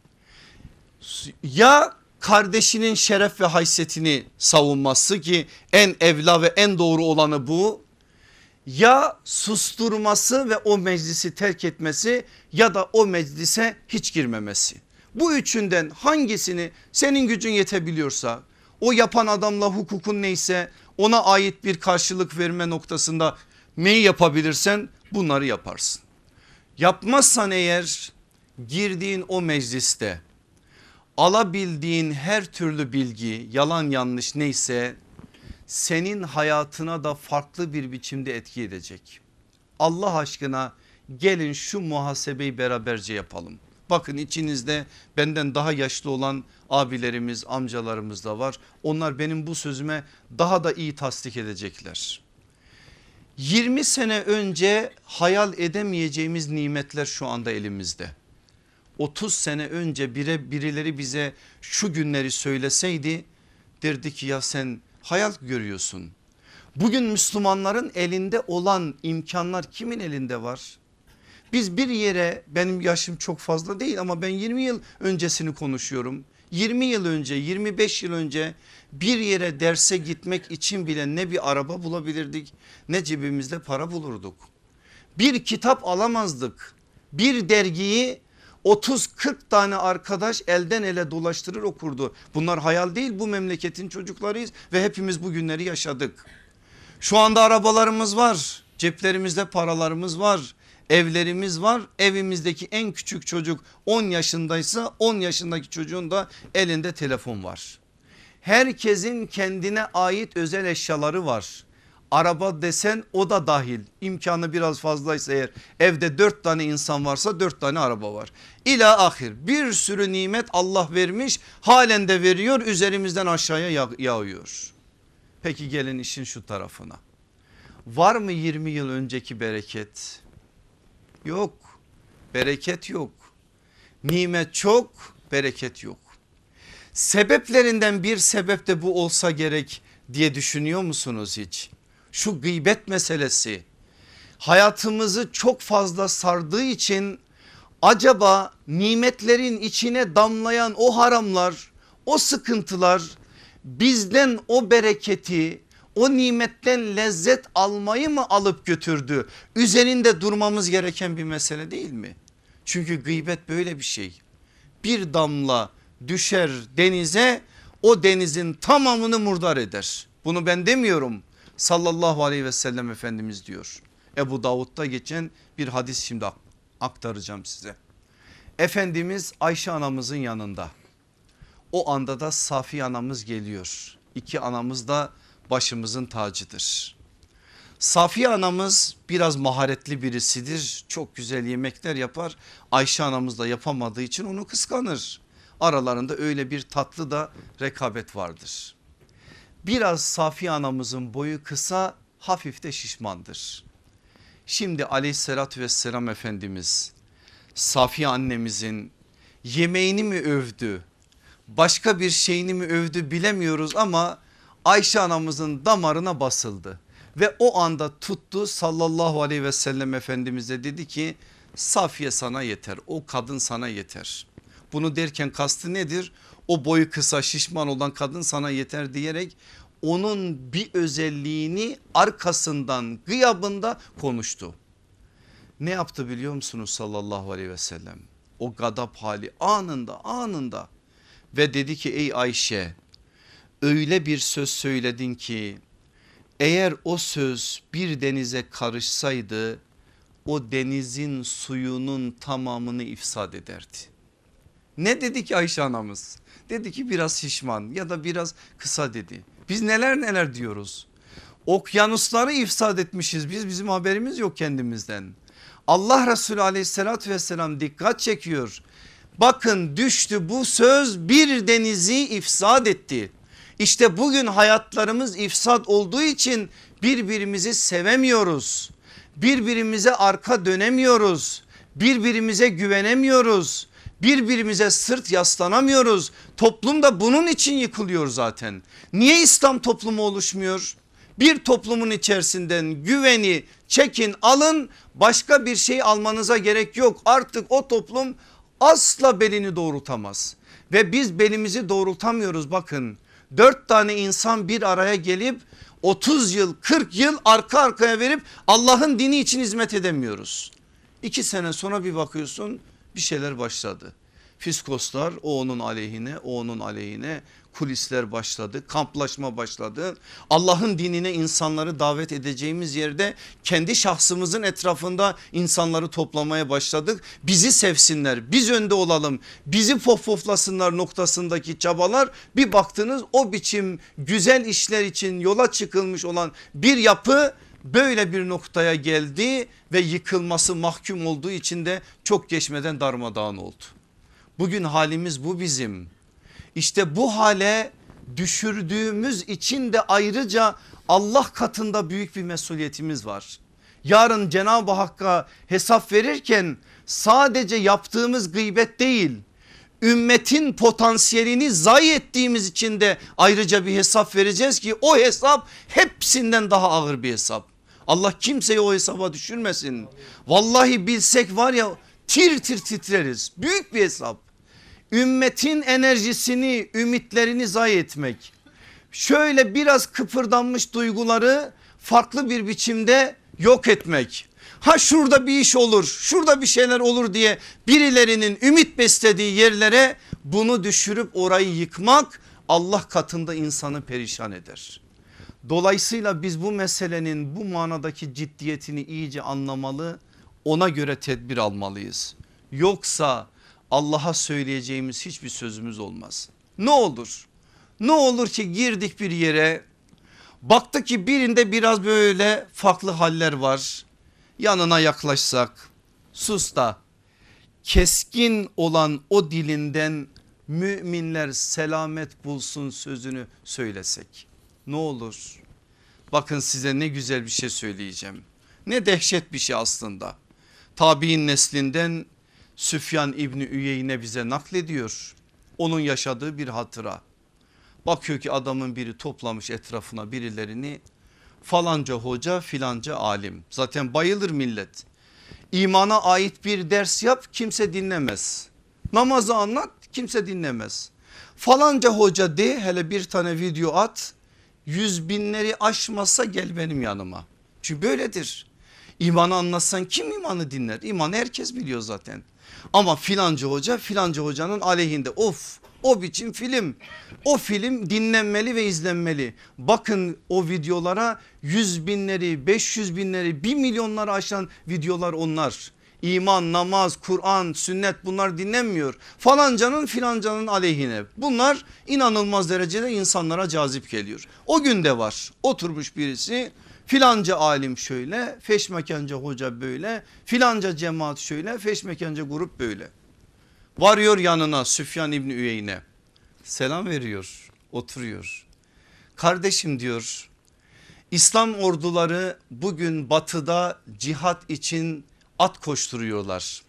A: Ya kardeşinin şeref ve haysiyetini savunması ki en evla ve en doğru olanı bu. Ya susturması ve o meclisi terk etmesi ya da o meclise hiç girmemesi. Bu üçünden hangisini senin gücün yetebiliyorsa, o yapan adamla hukukun neyse ona ait bir karşılık verme noktasında neyi yapabilirsen bunları yaparsın. Yapmazsan eğer, girdiğin o mecliste alabildiğin her türlü bilgi, yalan yanlış neyse senin hayatına da farklı bir biçimde etki edecek. Allah aşkına gelin şu muhasebeyi beraberce yapalım. Bakın içinizde benden daha yaşlı olan abilerimiz, amcalarımız da var. Onlar benim bu sözüme daha da iyi tasdik edecekler. 20 sene önce hayal edemeyeceğimiz nimetler şu anda elimizde. 30 sene önce birileri bize şu günleri söyleseydi derdi ki ya sen hayal görüyorsun. Bugün Müslümanların elinde olan imkanlar kimin elinde var? Biz bir yere, benim yaşım çok fazla değil ama ben 20 yıl öncesini konuşuyorum. 20 yıl önce, 25 yıl önce bir yere derse gitmek için bile ne bir araba bulabilirdik, ne cebimizde para bulurduk. Bir kitap alamazdık. Bir dergiyi 30-40 tane arkadaş elden ele dolaştırır okurdu. Bunlar hayal değil, bu memleketin çocuklarıyız ve hepimiz bu günleri yaşadık. Şu anda arabalarımız var, ceplerimizde paralarımız var, evlerimiz var. Evimizdeki en küçük çocuk 10 yaşındaysa 10 yaşındaki çocuğun da elinde telefon var. Herkesin kendine ait özel eşyaları var. Araba desen o da dahil, imkanı biraz fazlaysa eğer, evde 4 tane insan varsa 4 tane araba var. İla ahir bir sürü nimet Allah vermiş, halen de veriyor, üzerimizden aşağıya yağıyor. Peki gelin işin şu tarafına. Var mı 20 yıl önceki bereket? Yok. Bereket yok. Nimet çok, bereket yok. Sebeplerinden bir sebep de bu olsa gerek diye düşünüyor musunuz hiç? Şu gıybet meselesi hayatımızı çok fazla sardığı için acaba nimetlerin içine damlayan o haramlar, o sıkıntılar bizden o bereketi, o nimetten lezzet almayı mı alıp götürdü? Üzerinde durmamız gereken bir mesele değil mi? Çünkü gıybet böyle bir şey. Bir damla düşer denize, o denizin tamamını murdar eder. Bunu ben demiyorum, sallallahu aleyhi ve sellem Efendimiz diyor. Ebu Davud'da geçen bir hadis şimdi aktaracağım size. Efendimiz Ayşe anamızın yanında. O anda da Safiye anamız geliyor. İki anamız da başımızın tacıdır. Safiye anamız biraz maharetli birisidir. Çok güzel yemekler yapar. Ayşe anamız da yapamadığı için onu kıskanır. Aralarında öyle bir tatlı da rekabet vardır. Biraz Safiye anamızın boyu kısa, hafif de şişmandır. Şimdi aleyhissalatü vesselam Efendimiz Safiye annemizin yemeğini mi övdü, başka bir şeyini mi övdü bilemiyoruz ama Ayşe anamızın damarına basıldı. Ve o anda tuttu, sallallahu aleyhi ve sellem Efendimiz'e dedi ki Safiye sana yeter, o kadın sana yeter. Bunu derken kastı nedir? O boyu kısa şişman olan kadın sana yeter diyerek onun bir özelliğini arkasından, gıyabında konuştu. Ne yaptı biliyor musunuz sallallahu aleyhi ve sellem? O gadap hali anında ve dedi ki ey Ayşe, öyle bir söz söyledin ki eğer o söz bir denize karışsaydı o denizin suyunun tamamını ifsad ederdi. Ne dedi ki Ayşe anamız? Dedi ki biraz şişman ya da biraz kısa dedi. Biz neler diyoruz. Okyanusları ifsad etmişiz biz, bizim haberimiz yok kendimizden. Allah Resulü aleyhissalatü vesselam dikkat çekiyor. Bakın düştü bu söz, bir denizi ifsad etti. İşte bugün hayatlarımız ifsad olduğu için birbirimizi sevemiyoruz. Birbirimize arka dönemiyoruz. Birbirimize güvenemiyoruz. Birbirimize sırt yaslanamıyoruz. Toplum da bunun için yıkılıyor zaten. Niye İslam toplumu oluşmuyor? Bir toplumun içerisinden güveni çekin, alın, başka bir şey almanıza gerek yok. Artık o toplum asla belini doğrultamaz ve biz belimizi doğrultamıyoruz. Bakın 4 tane insan bir araya gelip 30 yıl 40 yıl arka arkaya verip Allah'ın dini için hizmet edemiyoruz. 2 sene sonra bir bakıyorsun bir şeyler başladı. Fiskoslar o onun aleyhine, o onun aleyhine, kulisler başladı, kamplaşma başladı. Allah'ın dinine insanları davet edeceğimiz yerde kendi şahsımızın etrafında insanları toplamaya başladık. Bizi sevsinler, biz önde olalım, bizi poflasınlar noktasındaki çabalar, bir baktınız o biçim güzel işler için yola çıkılmış olan bir yapı böyle bir noktaya geldi ve yıkılması mahkum olduğu için de çok geçmeden darmadağın oldu. Bugün halimiz bu bizim. İşte bu hale düşürdüğümüz için de ayrıca Allah katında büyük bir mesuliyetimiz var. Yarın Cenab-ı Hakk'a hesap verirken sadece yaptığımız gıybet değil, ümmetin potansiyelini zayi ettiğimiz için de ayrıca bir hesap vereceğiz ki o hesap hepsinden daha ağır bir hesap. Allah kimseyi o hesaba düşürmesin. Vallahi bilsek var ya tir tir titreriz. Büyük bir hesap. Ümmetin enerjisini, ümitlerini zayi etmek. Şöyle biraz kıpırdanmış duyguları farklı bir biçimde yok etmek. Ha şurada bir iş olur, şurada bir şeyler olur diye birilerinin ümit beslediği yerlere bunu düşürüp orayı yıkmak Allah katında insanı perişan eder. Dolayısıyla biz bu meselenin bu manadaki ciddiyetini iyice anlamalı, ona göre tedbir almalıyız. Yoksa Allah'a söyleyeceğimiz hiçbir sözümüz olmaz. Ne olur? Ne olur ki girdik bir yere, baktık ki birinde biraz böyle farklı haller var. Yanına yaklaşsak, sus da keskin olan o dilinden müminler selamet bulsun sözünü söylesek. Ne olur? Bakın size ne güzel bir şey söyleyeceğim. Ne dehşet bir şey aslında. Tabi'in neslinden Süfyan İbni Üyeyne bize naklediyor. Onun yaşadığı bir hatıra. Bakıyor ki adamın biri toplamış etrafına birilerini, falanca hoca filanca alim. Zaten bayılır millet. İmana ait bir ders yap, kimse dinlemez. Namazı anlat, kimse dinlemez. Falanca hoca de, hele bir tane video at, yüz binleri aşmasa gel benim yanıma. Çünkü böyledir. İmanı anlatsan kim imanı dinler? İmanı herkes biliyor zaten. Ama filanca hoca filanca hocanın aleyhinde, of o biçim film, o film dinlenmeli ve izlenmeli. Bakın o videolara, yüz binleri, 500 binleri, 1 milyonları aşan videolar onlar. İman, namaz, Kur'an, sünnet bunlar dinlenmiyor. Falancanın filancanın aleyhine, bunlar inanılmaz derecede insanlara cazip geliyor. O günde var, oturmuş birisi, filanca alim şöyle, feşmekanca hoca böyle, filanca cemaat şöyle, feşmekanca grup böyle. Varıyor yanına Süfyan İbni Üyeyne, selam veriyor, oturuyor. Kardeşim diyor, İslam orduları bugün batıda cihat için at koşturuyorlar.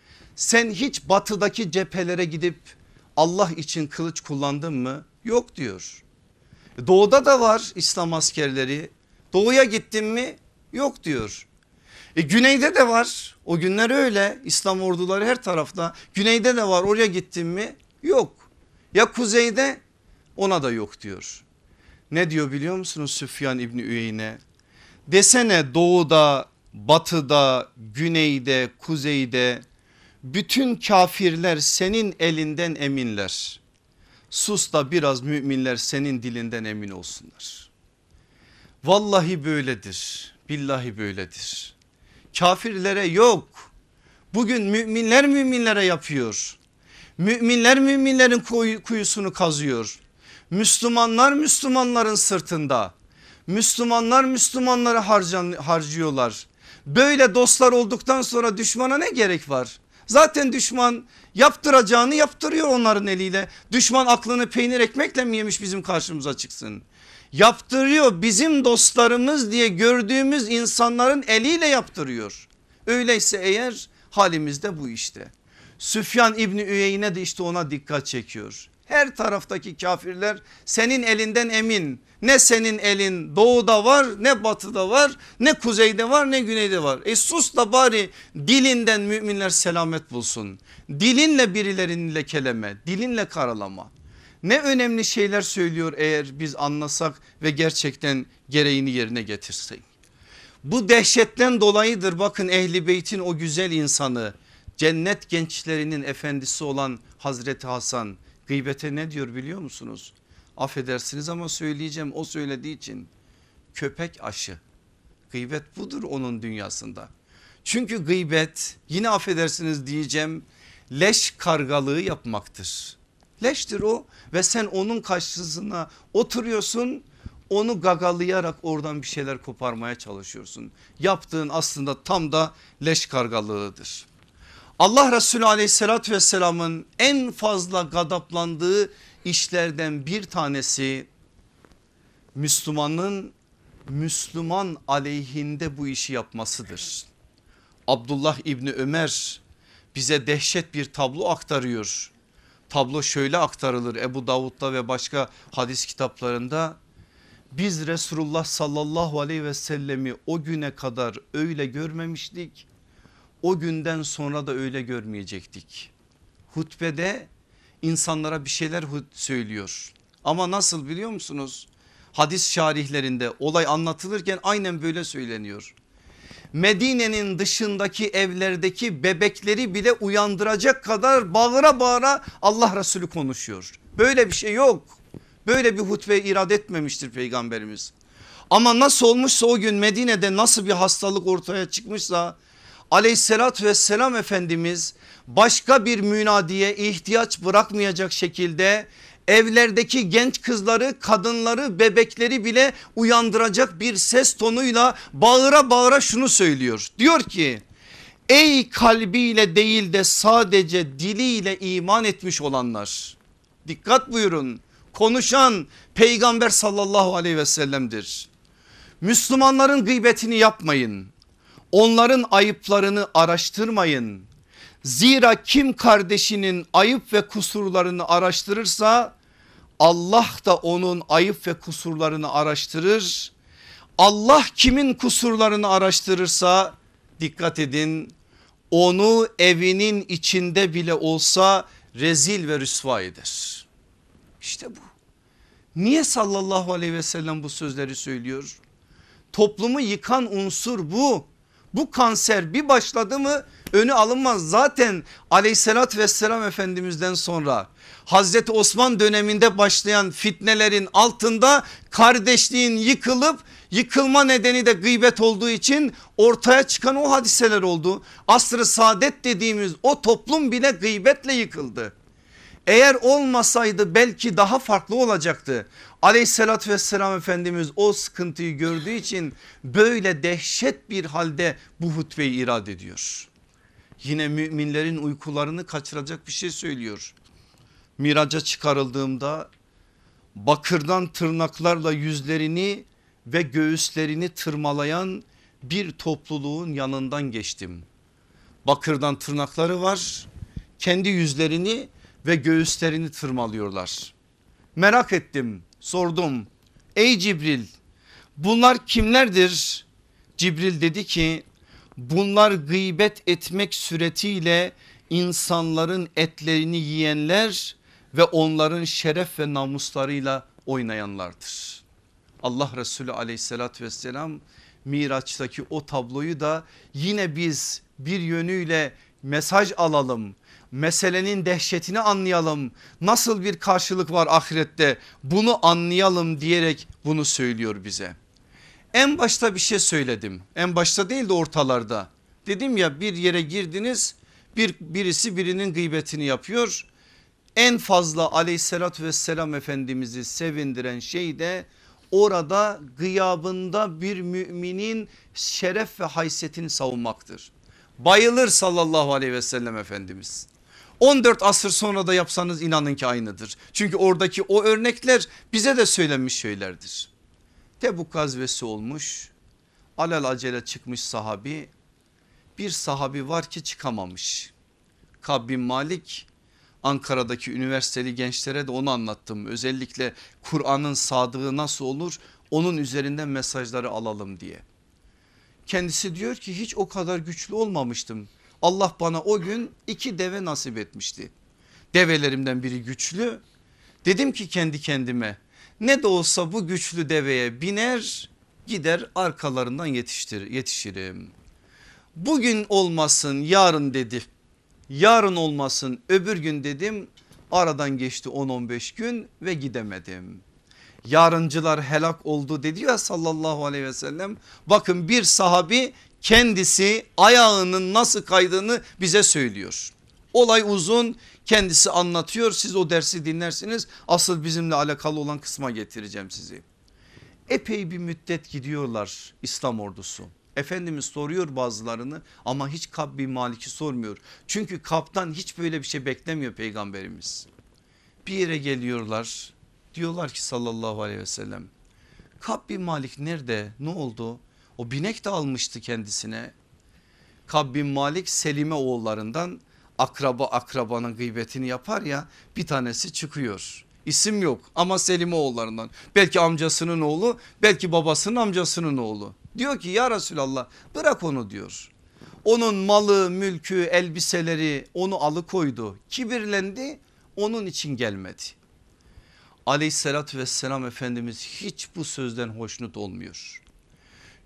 A: Sen hiç batıdaki cephelere gidip Allah için kılıç kullandın mı? Yok diyor. Doğuda da var İslam askerleri. Doğuya gittin mi? Yok diyor. Güneyde de var, o günler öyle, İslam orduları her tarafta. Güneyde de var, oraya gittin mi? Yok. Ya kuzeyde? Ona da yok diyor. Ne diyor biliyor musunuz Süfyan İbni Üyeyne? Desene doğuda, batıda, güneyde, kuzeyde bütün kafirler senin elinden eminler. Sus da biraz müminler senin dilinden emin olsunlar. Vallahi böyledir, billahi böyledir. Kafirlere yok. Bugün müminler müminlere yapıyor. Müminler müminlerin kuyusunu kazıyor. Müslümanlar Müslümanların sırtında. Müslümanlar Müslümanları harcıyorlar. Böyle dostlar olduktan sonra düşmana ne gerek var? Zaten düşman yaptıracağını yaptırıyor onların eliyle. Düşman aklını peynir ekmekle mi yemiş bizim karşımıza çıksın? Yaptırıyor, bizim dostlarımız diye gördüğümüz insanların eliyle yaptırıyor. Öyleyse eğer halimiz de bu işte. Süfyan İbni Üyeyne de işte ona dikkat çekiyor. Her taraftaki kafirler senin elinden emin. Ne senin elin doğuda var, ne batıda var, ne kuzeyde var, ne güneyde var. Sus da bari dilinden müminler selamet bulsun. Dilinle birilerini lekeleme, dilinle karalama. Ne önemli şeyler söylüyor eğer biz anlasak ve gerçekten gereğini yerine getirsek. Bu dehşetten dolayıdır bakın Ehli Beyt'in o güzel insanı, cennet gençlerinin efendisi olan Hazreti Hasan gıybete ne diyor biliyor musunuz? Affedersiniz ama söyleyeceğim, o söylediği için. Köpek aşı. Gıybet budur onun dünyasında. Çünkü gıybet, yine affedersiniz diyeceğim, leş kargalığı yapmaktır. Leştir o ve sen onun karşısına oturuyorsun, onu gagalayarak oradan bir şeyler koparmaya çalışıyorsun. Yaptığın aslında tam da leş kargalığıdır. Allah Resulü aleyhissalatü vesselamın en fazla gadaplandığı işlerden bir tanesi Müslümanın Müslüman aleyhinde bu işi yapmasıdır. Abdullah İbni Ömer bize dehşet bir tablo aktarıyor. Tablo şöyle aktarılır Ebu Davud'da ve başka hadis kitaplarında. Biz Resulullah sallallahu aleyhi ve sellemi o güne kadar öyle görmemiştik. O günden sonra da öyle görmeyecektik. Hutbede insanlara bir şeyler söylüyor. Ama nasıl biliyor musunuz? Hadis şarihlerinde olay anlatılırken aynen böyle söyleniyor. Medine'nin dışındaki evlerdeki bebekleri bile uyandıracak kadar bağıra bağıra Allah Resulü konuşuyor. Böyle bir şey yok. Böyle bir hutbe irad etmemiştir Peygamberimiz. Ama nasıl olmuşsa o gün Medine'de nasıl bir hastalık ortaya çıkmışsa aleyhissalatü vesselam Efendimiz başka bir münadiye ihtiyaç bırakmayacak şekilde evlerdeki genç kızları, kadınları, bebekleri bile uyandıracak bir ses tonuyla bağıra bağıra şunu söylüyor. Diyor ki ey kalbiyle değil de sadece diliyle iman etmiş olanlar. Dikkat buyurun, konuşan Peygamber sallallahu aleyhi ve sellem'dir. Müslümanların gıybetini yapmayın. Onların ayıplarını araştırmayın. Zira kim kardeşinin ayıp ve kusurlarını araştırırsa Allah da onun ayıp ve kusurlarını araştırır. Allah kimin kusurlarını araştırırsa dikkat edin, onu evinin içinde bile olsa rezil ve rüsva eder. İşte bu. Niye sallallahu aleyhi ve sellem bu sözleri söylüyor? Toplumu yıkan unsur bu. Bu kanser bir başladı mı önü alınmaz. Zaten aleyhissalatü vesselam Efendimiz'den sonra Hazreti Osman döneminde başlayan fitnelerin altında kardeşliğin yıkılıp yıkılma nedeni de gıybet olduğu için ortaya çıkan o hadiseler oldu. Asr-ı saadet dediğimiz o toplum bile gıybetle yıkıldı. Eğer olmasaydı belki daha farklı olacaktı. Aleyhissalatü vesselam Efendimiz o sıkıntıyı gördüğü için böyle dehşet bir halde bu hutbeyi irad ediyor. Yine müminlerin uykularını kaçıracak bir şey söylüyor. Miraca çıkarıldığımda bakırdan tırnaklarla yüzlerini ve göğüslerini tırmalayan bir topluluğun yanından geçtim. Bakırdan tırnakları var, kendi yüzlerini ve göğüslerini tırmalıyorlar. Merak ettim, sordum. Ey Cibril, bunlar kimlerdir? Cibril dedi ki bunlar gıybet etmek suretiyle insanların etlerini yiyenler ve onların şeref ve namuslarıyla oynayanlardır. Allah Resulü aleyhissalatü vesselam Miraç'taki o tabloyu da yine biz bir yönüyle mesaj alalım. Meselenin dehşetini anlayalım. Nasıl bir karşılık var ahirette bunu anlayalım diyerek bunu söylüyor bize. En başta bir şey söyledim. En başta değil de ortalarda. Dedim ya bir yere girdiniz birisi birinin gıybetini yapıyor. En fazla aleyhissalatü vesselam Efendimiz'i sevindiren şey de orada gıyabında bir müminin şeref ve haysiyetini savunmaktır. Bayılır sallallahu aleyhi ve sellem Efendimiz. 14 asır sonra da yapsanız inanın ki aynıdır. Çünkü oradaki o örnekler bize de söylenmiş şeylerdir. Tebuk gazvesi olmuş, alelacele çıkmış sahabi, bir sahabi var ki çıkamamış. Kab bin Malik, Ankara'daki üniversiteli gençlere de onu anlattım. Özellikle Kur'an'ın sadığı nasıl olur onun üzerinden mesajları alalım diye. Kendisi diyor ki hiç o kadar güçlü olmamıştım. Allah bana o gün 2 deve nasip etmişti. Develerimden biri güçlü. Dedim ki kendi kendime ne de olsa bu güçlü deveye biner gider arkalarından yetişirim. Bugün olmasın yarın dedi. Yarın olmasın öbür gün dedim. Aradan geçti 10-15 gün ve gidemedim. Yarıncılar helak oldu dedi ya sallallahu aleyhi ve sellem. Bakın bir sahabi kendisi ayağının nasıl kaydığını bize söylüyor. Olay uzun, kendisi anlatıyor, siz o dersi dinlersiniz. Asıl bizimle alakalı olan kısma getireceğim sizi. Epey bir müddet gidiyorlar İslam ordusu. Efendimiz soruyor bazılarını ama hiç Kab bin Malik'i sormuyor. Çünkü Kab'dan hiç böyle bir şey beklemiyor Peygamberimiz. Bir yere geliyorlar, diyorlar ki sallallahu aleyhi ve sellem Kab bin Malik nerede, ne oldu? O binek de almıştı kendisine. Kab bin Malik Selime oğullarından, akrabanın gıybetini yapar ya, bir tanesi çıkıyor. İsim yok ama Selime oğullarından, belki amcasının oğlu, belki babasının amcasının oğlu. Diyor ki ya Resulallah bırak onu diyor. Onun malı, mülkü, elbiseleri onu alıkoydu, kibirlendi, onun için gelmedi. Aleyhissalatü vesselam Efendimiz hiç bu sözden hoşnut olmuyor.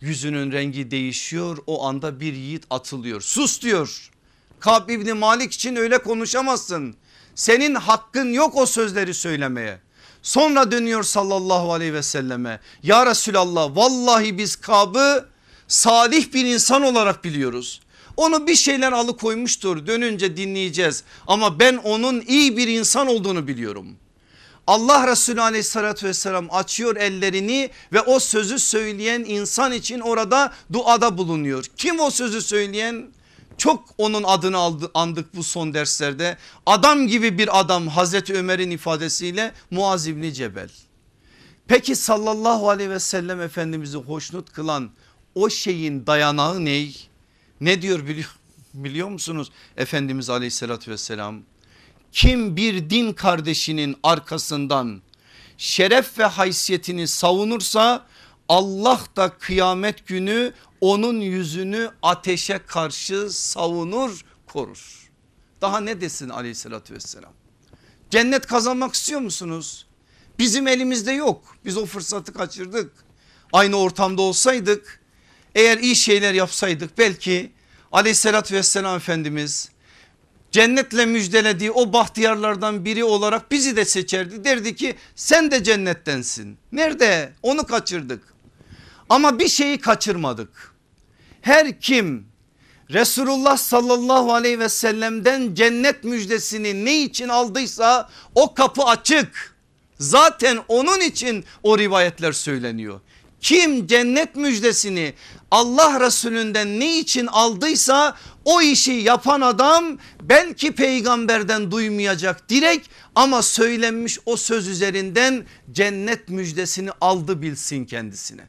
A: Yüzünün rengi değişiyor, o anda bir yiğit atılıyor. Sus diyor. Kâb İbni Malik için öyle konuşamazsın. Senin hakkın yok o sözleri söylemeye. Sonra dönüyor sallallahu aleyhi ve selleme. Ya Resulallah, vallahi biz Kâb'ı salih bir insan olarak biliyoruz. Onu bir şeyler alıkoymuştur, dönünce dinleyeceğiz, ama ben onun iyi bir insan olduğunu biliyorum. Allah Resulü aleyhissalatü vesselam açıyor ellerini ve o sözü söyleyen insan için orada duada bulunuyor. Kim o sözü söyleyen? Çok onun adını andık bu son derslerde. Adam gibi bir adam, Hazreti Ömer'in ifadesiyle Muaz İbni Cebel. Peki sallallahu aleyhi ve sellem Efendimiz'i hoşnut kılan o şeyin dayanağı ne? Ne diyor biliyor musunuz Efendimiz aleyhissalatü vesselam? Kim bir din kardeşinin arkasından şeref ve haysiyetini savunursa Allah da kıyamet günü onun yüzünü ateşe karşı savunur, korur. Daha ne desin aleyhissalatü vesselam? Cennet kazanmak istiyor musunuz? Bizim elimizde yok. Biz o fırsatı kaçırdık. Aynı ortamda olsaydık, eğer iyi şeyler yapsaydık, belki aleyhissalatü vesselam Efendimiz cennetle müjdelediği o bahtiyarlardan biri olarak bizi de seçerdi. Derdi ki sen de cennettensin. Nerede? Onu kaçırdık. Ama bir şeyi kaçırmadık. Her kim Resulullah sallallahu aleyhi ve sellem'den cennet müjdesini ne için aldıysa o kapı açık. Zaten onun için o rivayetler söyleniyor. Kim cennet müjdesini Allah Resulünden ne için aldıysa o işi yapan adam belki peygamberden duymayacak direkt, ama söylenmiş o söz üzerinden cennet müjdesini aldı bilsin kendisine.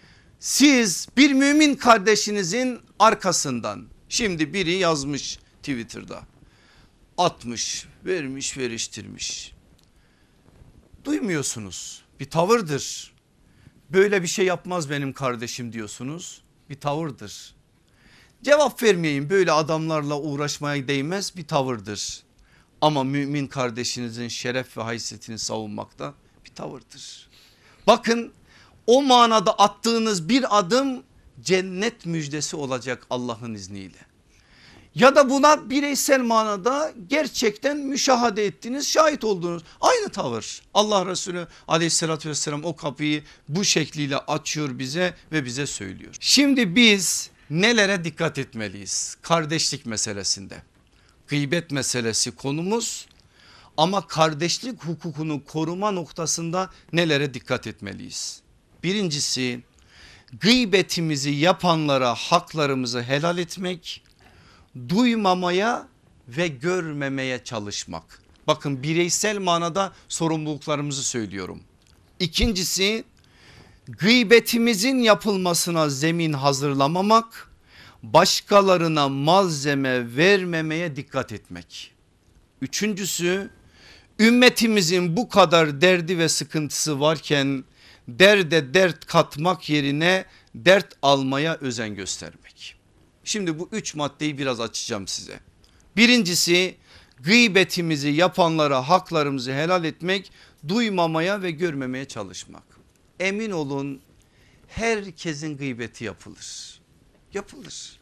A: Siz bir mümin kardeşinizin arkasından, şimdi biri yazmış Twitter'da, atmış, vermiş, veriştirmiş, duymuyorsunuz, bir tavırdır. Böyle bir şey yapmaz benim kardeşim diyorsunuz, bir tavırdır. Cevap vermeyin, böyle adamlarla uğraşmaya değmez, bir tavırdır. Ama mümin kardeşinizin şeref ve haysiyetini savunmakta bir tavırdır. Bakın, o manada attığınız bir adım cennet müjdesi olacak Allah'ın izniyle. Ya da buna bireysel manada gerçekten müşahede ettiğiniz, şahit olduğunuz aynı tavır. Allah Resulü aleyhissalatü vesselam o kapıyı bu şekliyle açıyor bize ve bize söylüyor. Şimdi biz nelere dikkat etmeliyiz kardeşlik meselesinde? Gıybet meselesi konumuz, ama kardeşlik hukukunu koruma noktasında nelere dikkat etmeliyiz? Birincisi, gıybetimizi yapanlara haklarımızı helal etmek, duymamaya ve görmemeye çalışmak. Bakın, bireysel manada sorumluluklarımızı söylüyorum. İkincisi, gıybetimizin yapılmasına zemin hazırlamamak, başkalarına malzeme vermemeye dikkat etmek. Üçüncüsü, ümmetimizin bu kadar derdi ve sıkıntısı varken derde dert katmak yerine dert almaya özen göstermek. Şimdi bu üç maddeyi biraz açacağım size. Birincisi, gıybetimizi yapanlara haklarımızı helal etmek, duymamaya ve görmemeye çalışmak. Emin olun, herkesin gıybeti yapılır. Yapılır.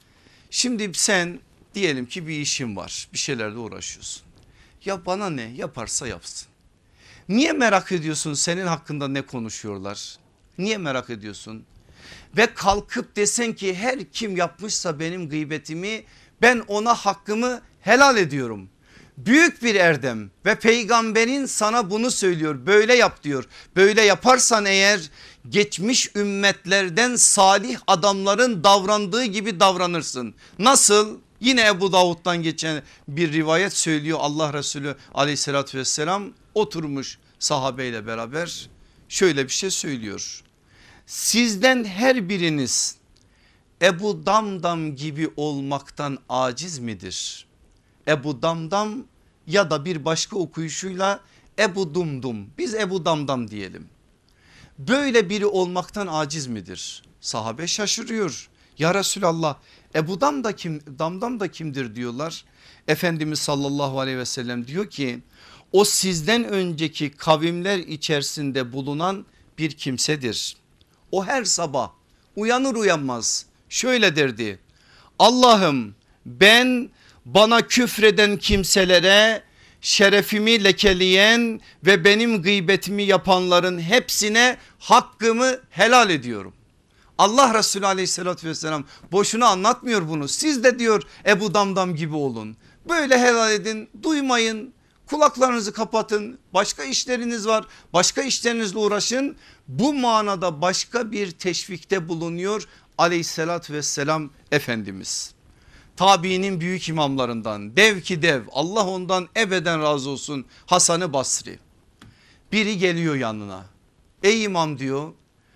A: Şimdi sen diyelim ki bir işin var, bir şeylerle uğraşıyorsun. Ya bana ne, yaparsa yapsın. Niye merak ediyorsun senin hakkında ne konuşuyorlar? Niye merak ediyorsun? Ve kalkıp desen ki her kim yapmışsa benim gıybetimi, ben ona hakkımı helal ediyorum. Büyük bir erdem ve peygamberin sana bunu söylüyor, böyle yap diyor. Böyle yaparsan eğer geçmiş ümmetlerden salih adamların davrandığı gibi davranırsın. Nasıl? Yine Ebu Davud'dan geçen bir rivayet söylüyor, Allah Resulü aleyhissalatü vesselam oturmuş sahabeyle beraber şöyle bir şey söylüyor. Sizden her biriniz Ebu Damdam gibi olmaktan aciz midir? Ebu Damdam ya da bir başka okuyuşuyla Ebu Dumdum, biz Ebu Damdam diyelim. Böyle biri olmaktan aciz midir? Sahabe şaşırıyor. Ya Resulallah, Ebu Damdam da kimdir diyorlar. Efendimiz sallallahu aleyhi ve sellem diyor ki, o sizden önceki kavimler içerisinde bulunan bir kimsedir. O her sabah uyanır uyanmaz şöyle derdi: Allah'ım ben bana küfreden kimselere, şerefimi lekeleyen ve benim gıybetimi yapanların hepsine hakkımı helal ediyorum. Allah Resulü aleyhissalatü vesselam boşuna anlatmıyor bunu. Siz de diyor Ebu Damdam gibi olun. Böyle helal edin, duymayın, kulaklarınızı kapatın, başka işleriniz var, başka işlerinizle uğraşın. Bu manada başka bir teşvikte bulunuyor aleyhissalatü vesselam Efendimiz. Tabiinin büyük imamlarından, dev ki dev, Allah ondan ebeden razı olsun, Hasan-ı Basri. Biri geliyor yanına, ey imam diyor,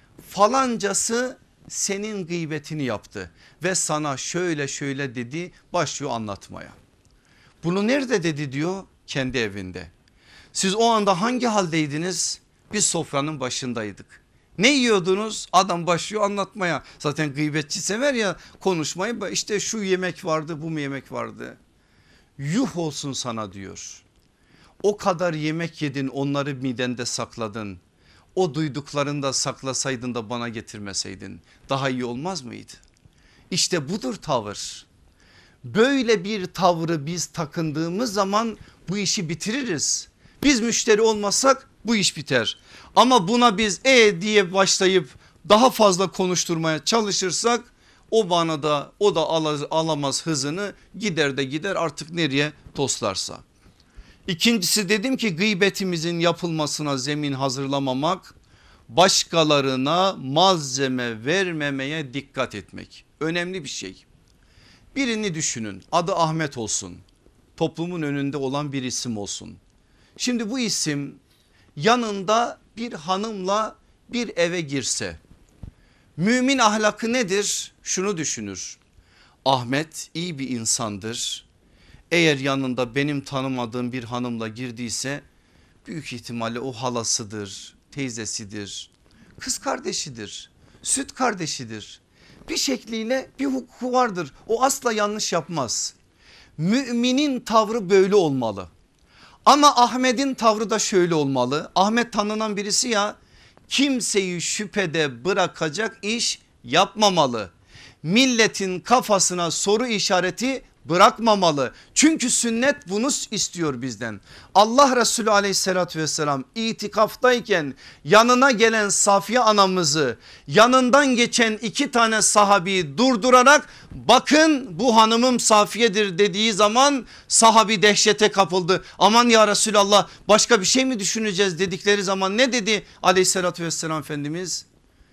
A: falancası senin gıybetini yaptı ve sana şöyle şöyle dedi, başlıyor anlatmaya. Bunu nerede dedi diyor, kendi evinde. Siz o anda hangi haldeydiniz? Biz sofranın başındaydık. Ne yiyordunuz? Adam başlıyor anlatmaya. Zaten gıybetçi sever ya konuşmayı. İşte şu yemek vardı, bu mu yemek vardı. Yuh olsun sana diyor. O kadar yemek yedin, onları midende sakladın. O duyduklarını da saklasaydın da bana getirmeseydin daha iyi olmaz mıydı? İşte budur tavır. Böyle bir tavrı biz takındığımız zaman bu işi bitiririz. Biz müşteri olmasak bu iş biter. Ama buna biz diye başlayıp daha fazla konuşturmaya çalışırsak o manada o da alamaz hızını, gider de gider artık nereye toslarsa. İkincisi dedim ki gıybetimizin yapılmasına zemin hazırlamamak, başkalarına malzeme vermemeye dikkat etmek önemli bir şey. Birini düşünün, adı Ahmet olsun, toplumun önünde olan bir isim olsun. Şimdi bu isim yanında bir hanımla bir eve girse, mümin ahlakı nedir? Şunu düşünür: Ahmet iyi bir insandır. Eğer yanında benim tanımadığım bir hanımla girdiyse büyük ihtimalle o halasıdır, teyzesidir, kız kardeşidir, süt kardeşidir. Bir şekliyle bir hukuku vardır, o asla yanlış yapmaz. Müminin tavrı böyle olmalı. Ama Ahmet'in tavrı da şöyle olmalı. Ahmet tanınan birisi ya, kimseyi şüphede bırakacak iş yapmamalı. Milletin kafasına soru işareti bırakmamalı. Çünkü sünnet bunu istiyor bizden. Allah Resulü aleyhissalatü vesselam itikaftayken yanına gelen Safiye anamızı, yanından geçen iki tane sahabeyi durdurarak bakın bu hanımım Safiye'dir dediği zaman sahabi dehşete kapıldı. Aman ya Resulallah, başka bir şey mi düşüneceğiz dedikleri zaman ne dedi aleyhissalatü vesselam Efendimiz?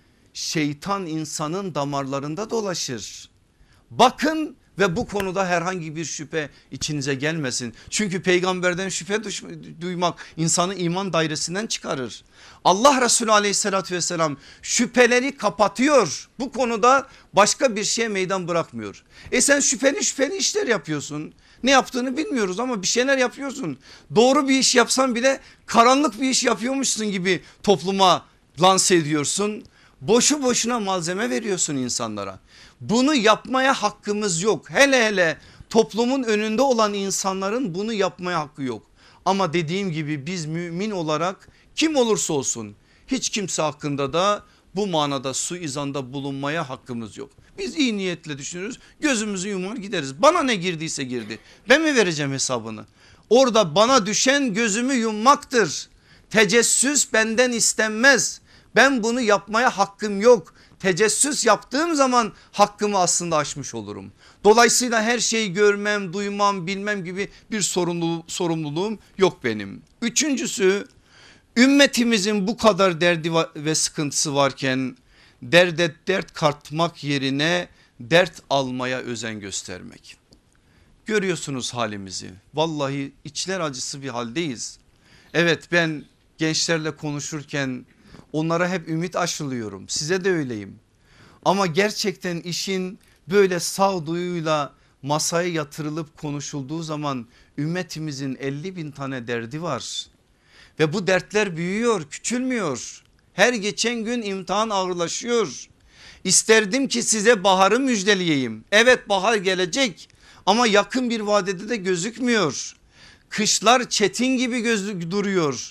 A: Şeytan insanın damarlarında dolaşır. Bakın ve bu konuda herhangi bir şüphe içinize gelmesin. Çünkü peygamberden şüphe duymak insanı iman dairesinden çıkarır. Allah Resulü aleyhissalatü vesselam şüpheleri kapatıyor. Bu konuda başka bir şeye meydan bırakmıyor. Sen şüpheli işler yapıyorsun. Ne yaptığını bilmiyoruz ama bir şeyler yapıyorsun. Doğru bir iş yapsan bile karanlık bir iş yapıyormuşsun gibi topluma lanse ediyorsun. Boşu boşuna malzeme veriyorsun insanlara. Bunu yapmaya hakkımız yok. Hele hele toplumun önünde olan insanların bunu yapmaya hakkı yok. Ama dediğim gibi biz mümin olarak kim olursa olsun hiç kimse hakkında da bu manada suizanda bulunmaya hakkımız yok. Biz iyi niyetle düşünürüz, gözümüzü yumar gideriz. Bana ne girdiyse girdi, ben mi vereceğim hesabını? Orada bana düşen gözümü yummaktır. Tecessüs benden istenmez. Ben bunu yapmaya hakkım yok. Tecessüs yaptığım zaman hakkımı aslında aşmış olurum. Dolayısıyla her şeyi görmem, duymam, bilmem gibi bir sorumluluğum yok benim. Üçüncüsü, ümmetimizin bu kadar derdi ve sıkıntısı varken derde dert katmak yerine dert almaya özen göstermek. Görüyorsunuz halimizi. Vallahi içler acısı bir haldeyiz. Evet, ben gençlerle konuşurken onlara hep ümit aşılıyorum. Size de öyleyim. Ama gerçekten işin böyle sağduyuyla masaya yatırılıp konuşulduğu zaman ümmetimizin 50 bin tane derdi var. Ve bu dertler büyüyor, küçülmüyor. Her geçen gün imtihan ağırlaşıyor. İsterdim ki size baharı müjdeleyeyim. Evet, bahar gelecek ama yakın bir vadede de gözükmüyor. Kışlar çetin gibi duruyor.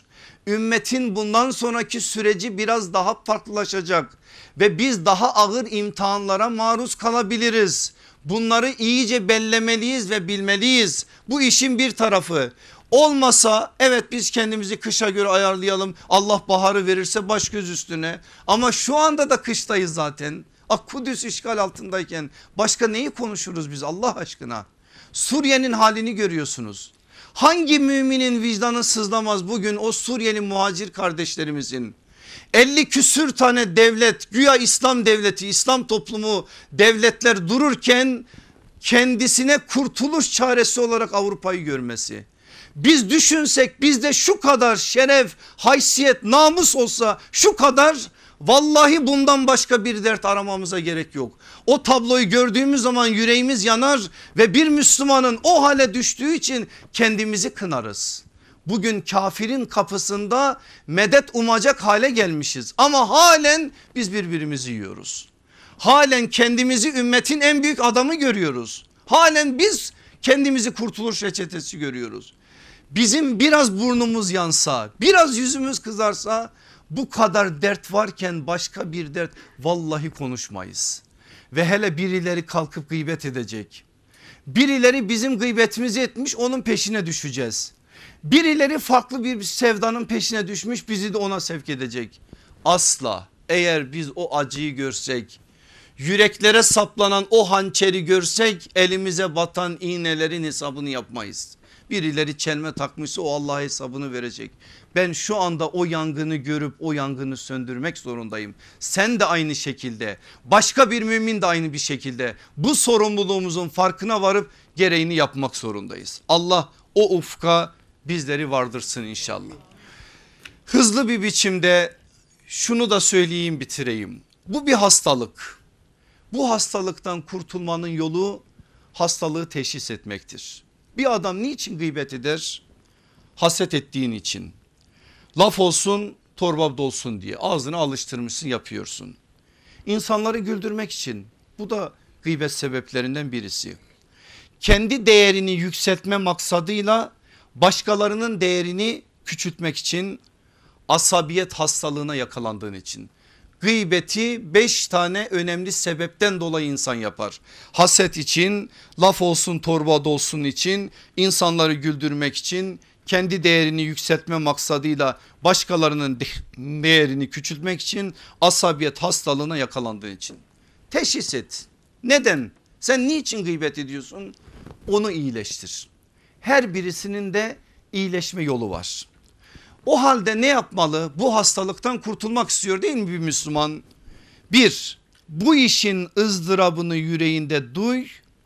A: ümmetin bundan sonraki süreci biraz daha farklılaşacak ve biz daha ağır imtihanlara maruz kalabiliriz. Bunları iyice bellemeliyiz ve bilmeliyiz. Bu işin bir tarafı. Olmasa evet biz kendimizi kışa göre ayarlayalım. Allah baharı verirse baş göz üstüne. Ama şu anda da kıştayız zaten. Kudüs işgal altındayken başka neyi konuşuruz biz Allah aşkına? Suriye'nin halini görüyorsunuz. Hangi müminin vicdanı sızlamaz bugün o Suriyeli muhacir kardeşlerimizin? 50 küsür tane devlet, güya İslam devleti, İslam toplumu, devletler dururken kendisine kurtuluş çaresi olarak Avrupa'yı görmesi. Biz düşünsek bizde şu kadar şeref, haysiyet, namus olsa şu kadar, vallahi bundan başka bir dert aramamıza gerek yok. O tabloyu gördüğümüz zaman yüreğimiz yanar ve bir Müslümanın o hale düştüğü için kendimizi kınarız. Bugün kafirin kapısında medet umacak hale gelmişiz ama halen biz birbirimizi yiyoruz. Halen kendimizi ümmetin en büyük adamı görüyoruz. Halen biz kendimizi kurtuluş reçetesi görüyoruz. Bizim biraz burnumuz yansa, biraz yüzümüz kızarsa, bu kadar dert varken başka bir dert vallahi konuşmayız. Ve hele birileri kalkıp gıybet edecek. Birileri bizim gıybetimizi etmiş, onun peşine düşeceğiz. Birileri farklı bir sevdanın peşine düşmüş, bizi de ona sevk edecek. Asla, eğer biz o acıyı görsek, yüreklere saplanan o hançeri görsek, elimize batan iğnelerin hesabını yapmayız. Birileri çelme takmışsa o Allah hesabını verecek. Ben şu anda o yangını görüp o yangını söndürmek zorundayım. Sen de aynı şekilde, başka bir mümin de aynı bir şekilde bu sorumluluğumuzun farkına varıp gereğini yapmak zorundayız. Allah o ufka bizleri vardırsın inşallah. Hızlı bir biçimde şunu da söyleyeyim, bitireyim. Bu bir hastalık. Bu hastalıktan kurtulmanın yolu hastalığı teşhis etmektir. Bir adam niçin gıybet eder? Haset ettiğin için. Laf olsun, torba dolsun diye ağzını alıştırmışsın, yapıyorsun. İnsanları güldürmek için, bu da gıybet sebeplerinden birisi. Kendi değerini yükseltme maksadıyla başkalarının değerini küçültmek için, asabiyet hastalığına yakalandığın için. Gıybeti 5 tane önemli sebepten dolayı insan yapar. Haset için, laf olsun torba dolsun için, insanları güldürmek için, kendi değerini yükseltme maksadıyla başkalarının değerini küçültmek için, asabiyet hastalığına yakalandığın için. Teşhis et. Neden? Sen niçin gıybet ediyorsun? Onu iyileştir. Her birisinin de iyileşme yolu var. O halde ne yapmalı? Bu hastalıktan kurtulmak istiyor değil mi bir Müslüman? Bir, bu işin ızdırabını yüreğinde duy.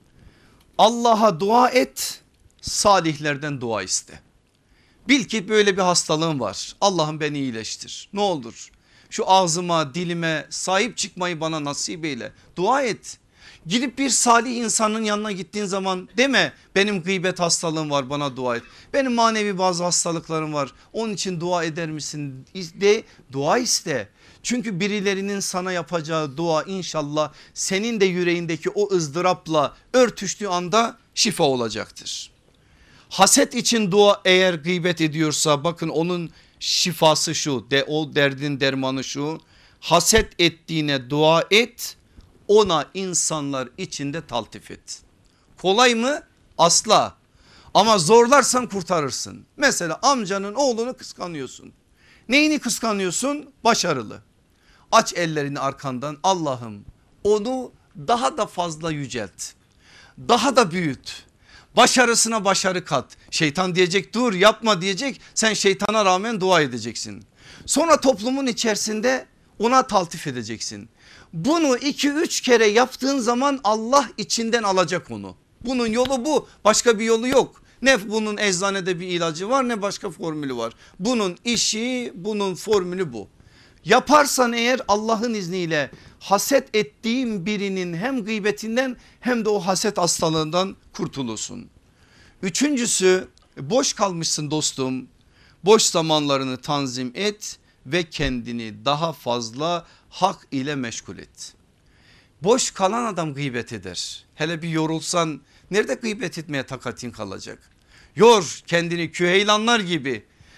A: Allah'a dua et, salihlerden dua iste. Bil ki böyle bir hastalığım var. Allah'ım beni iyileştir. Ne olur şu ağzıma, dilime sahip çıkmayı bana nasip eyle. Dua et. Gidip bir salih insanın yanına gittiğin zaman deme benim gıybet hastalığım var, bana dua et. Benim manevi bazı hastalıklarım var, onun için dua eder misin? De, dua iste. Çünkü birilerinin sana yapacağı dua inşallah senin de yüreğindeki o ızdırapla örtüştüğü anda şifa olacaktır. Haset için dua eğer gıybet ediyorsa bakın onun şifası şu, o derdin dermanı şu: haset ettiğine dua et, ona insanlar içinde taltif et. Kolay mı? Asla. Ama zorlarsan kurtarırsın. Mesela amcanın oğlunu kıskanıyorsun. Neyini kıskanıyorsun? Başarılı. Aç ellerini arkandan, Allah'ım onu daha da fazla yücelt. Daha da büyüt. Başarısına başarı kat. Şeytan diyecek dur yapma diyecek. Sen şeytana rağmen dua edeceksin. Sonra toplumun içerisinde ona taltif edeceksin. Bunu 2-3 kere yaptığın zaman Allah içinden alacak onu. Bunun yolu bu, başka bir yolu yok. Ne bunun eczanede bir ilacı var ne başka formülü var. Bunun işi, bunun formülü bu. Yaparsan eğer Allah'ın izniyle haset ettiğin birinin hem gıybetinden hem de o haset hastalığından kurtulursun. Üçüncüsü, boş kalmışsın dostum. Boş zamanlarını tanzim et ve kendini daha fazla hak ile meşgul et. Boş kalan adam gıybet eder. Hele bir yorulsan nerede gıybet etmeye takatin kalacak? Yor kendini küheylanlar gibi.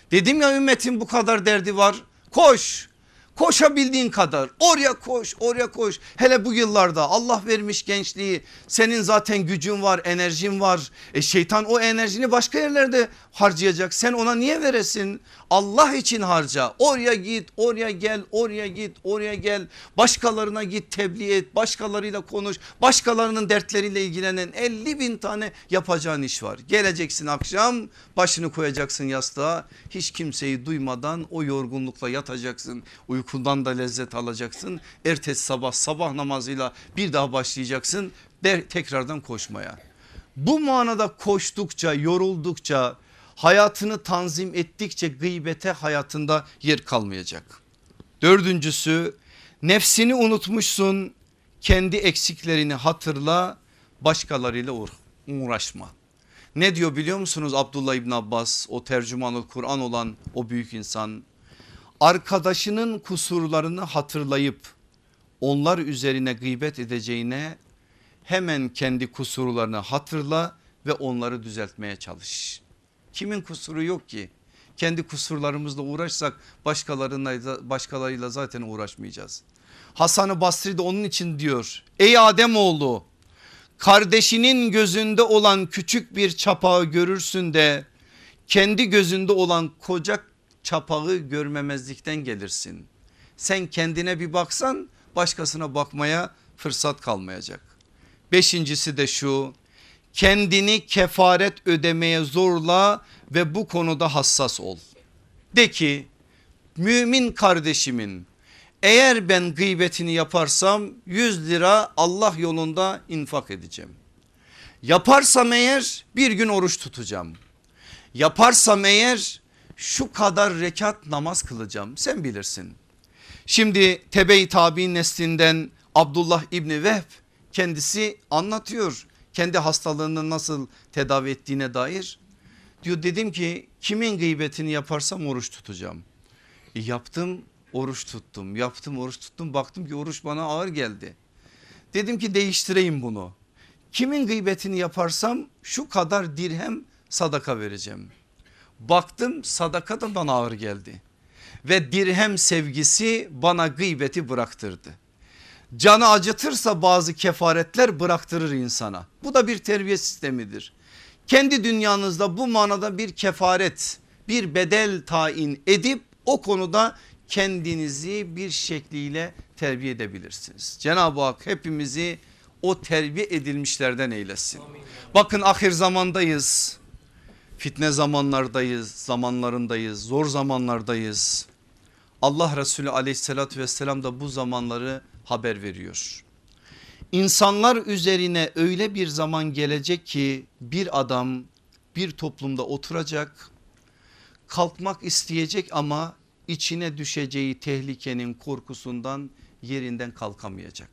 A: Dedim ya ümmetin bu kadar derdi var. Koş. Koşabildiğin kadar oraya koş, oraya koş. Hele bu yıllarda Allah vermiş gençliği, senin zaten gücün var, enerjin var. Şeytan o enerjini başka yerlerde harcayacak. Sen ona niye veresin? Allah için harca. Oraya git, oraya gel, oraya git, oraya gel. Başkalarına git, tebliğ et, başkalarıyla konuş. Başkalarının dertleriyle ilgilenen 50 bin tane yapacağın iş var. Geleceksin akşam, başını koyacaksın yastığa. Hiç kimseyi duymadan o yorgunlukla yatacaksın. Uykundan da lezzet alacaksın. Ertesi sabah namazıyla bir daha başlayacaksın tekrardan koşmaya. Bu manada koştukça, yoruldukça, hayatını tanzim ettikçe gıybete hayatında yer kalmayacak. Dördüncüsü, nefsini unutmuşsun, kendi eksiklerini hatırla, başkalarıyla uğraşma. Ne diyor biliyor musunuz Abdullah İbn Abbas, o tercümanul Kur'an olan o büyük insan? Arkadaşının kusurlarını hatırlayıp onlar üzerine gıybet edeceğine hemen kendi kusurlarını hatırla ve onları düzeltmeye çalış. Kimin kusuru yok ki? Kendi kusurlarımızla uğraşsak başkalarıyla zaten uğraşmayacağız. Hasan-ı Basri de onun için diyor, ey Ademoğlu, kardeşinin gözünde olan küçük bir çapağı görürsün de kendi gözünde olan koca çapağı görmemezlikten gelirsin. Sen kendine bir baksan başkasına bakmaya fırsat kalmayacak. Beşincisi de şu, kendini kefaret ödemeye zorla ve bu konuda hassas ol. De ki mümin kardeşimin, eğer ben gıybetini yaparsam 100 lira Allah yolunda infak edeceğim. Yaparsam eğer bir gün oruç tutacağım. Yaparsam eğer şu kadar rekat namaz kılacağım, sen bilirsin. Şimdi tebe-i tabi'in neslinden Abdullah İbni Vehb kendisi anlatıyor kendi hastalığını nasıl tedavi ettiğine dair. Diyor dedim ki kimin gıybetini yaparsam oruç tutacağım. Yaptım, oruç tuttum, yaptım, oruç tuttum, baktım ki oruç bana ağır geldi. Dedim ki değiştireyim bunu. Kimin gıybetini yaparsam şu kadar dirhem sadaka vereceğim. Baktım sadaka da bana ağır geldi ve dirhem sevgisi bana gıybeti bıraktırdı. Canı acıtırsa bazı kefaretler bıraktırır insana. Bu da bir terbiye sistemidir. Kendi dünyanızda bu manada bir kefaret, bir bedel tayin edip o konuda kendinizi bir şekliyle terbiye edebilirsiniz. Cenab-ı Hak hepimizi o terbiye edilmişlerden eylesin. Bakın ahir zamandayız. Fitne zamanlarındayız, zor zamanlardayız. Allah Resulü aleyhissalatü vesselam da bu zamanları haber veriyor. İnsanlar üzerine öyle bir zaman gelecek ki bir adam bir toplumda oturacak, kalkmak isteyecek ama içine düşeceği tehlikenin korkusundan yerinden kalkamayacak.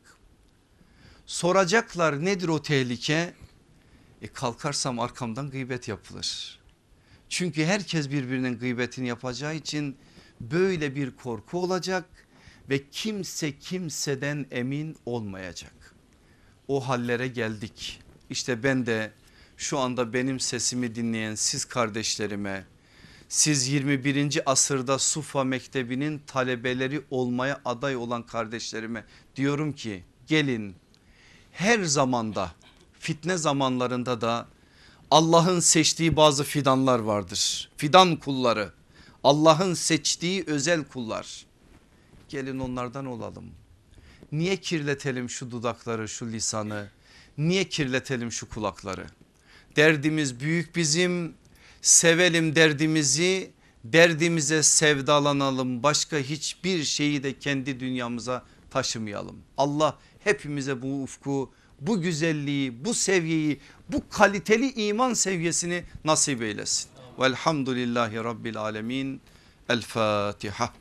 A: Soracaklar nedir o tehlike? Kalkarsam arkamdan gıybet yapılır. Çünkü herkes birbirinin gıybetini yapacağı için böyle bir korku olacak ve kimse kimseden emin olmayacak. O hallere geldik. İşte ben de şu anda benim sesimi dinleyen siz kardeşlerime, siz 21. asırda Sufa Mektebi'nin talebeleri olmaya aday olan kardeşlerime diyorum ki gelin, her zamanda fitne zamanlarında da Allah'ın seçtiği bazı fidanlar vardır. Fidan kulları, Allah'ın seçtiği özel kullar. Gelin onlardan olalım. Niye kirletelim şu dudakları, şu lisanı? Niye kirletelim şu kulakları? Derdimiz büyük bizim. Sevelim derdimizi, derdimize sevdalanalım. Başka hiçbir şeyi de kendi dünyamıza taşımayalım. Allah hepimize bu ufku, bu güzelliği, bu seviyeyi, bu kaliteli iman seviyesini nasip eylesin. Velhamdülillahi Rabbil alemin. El Fatiha.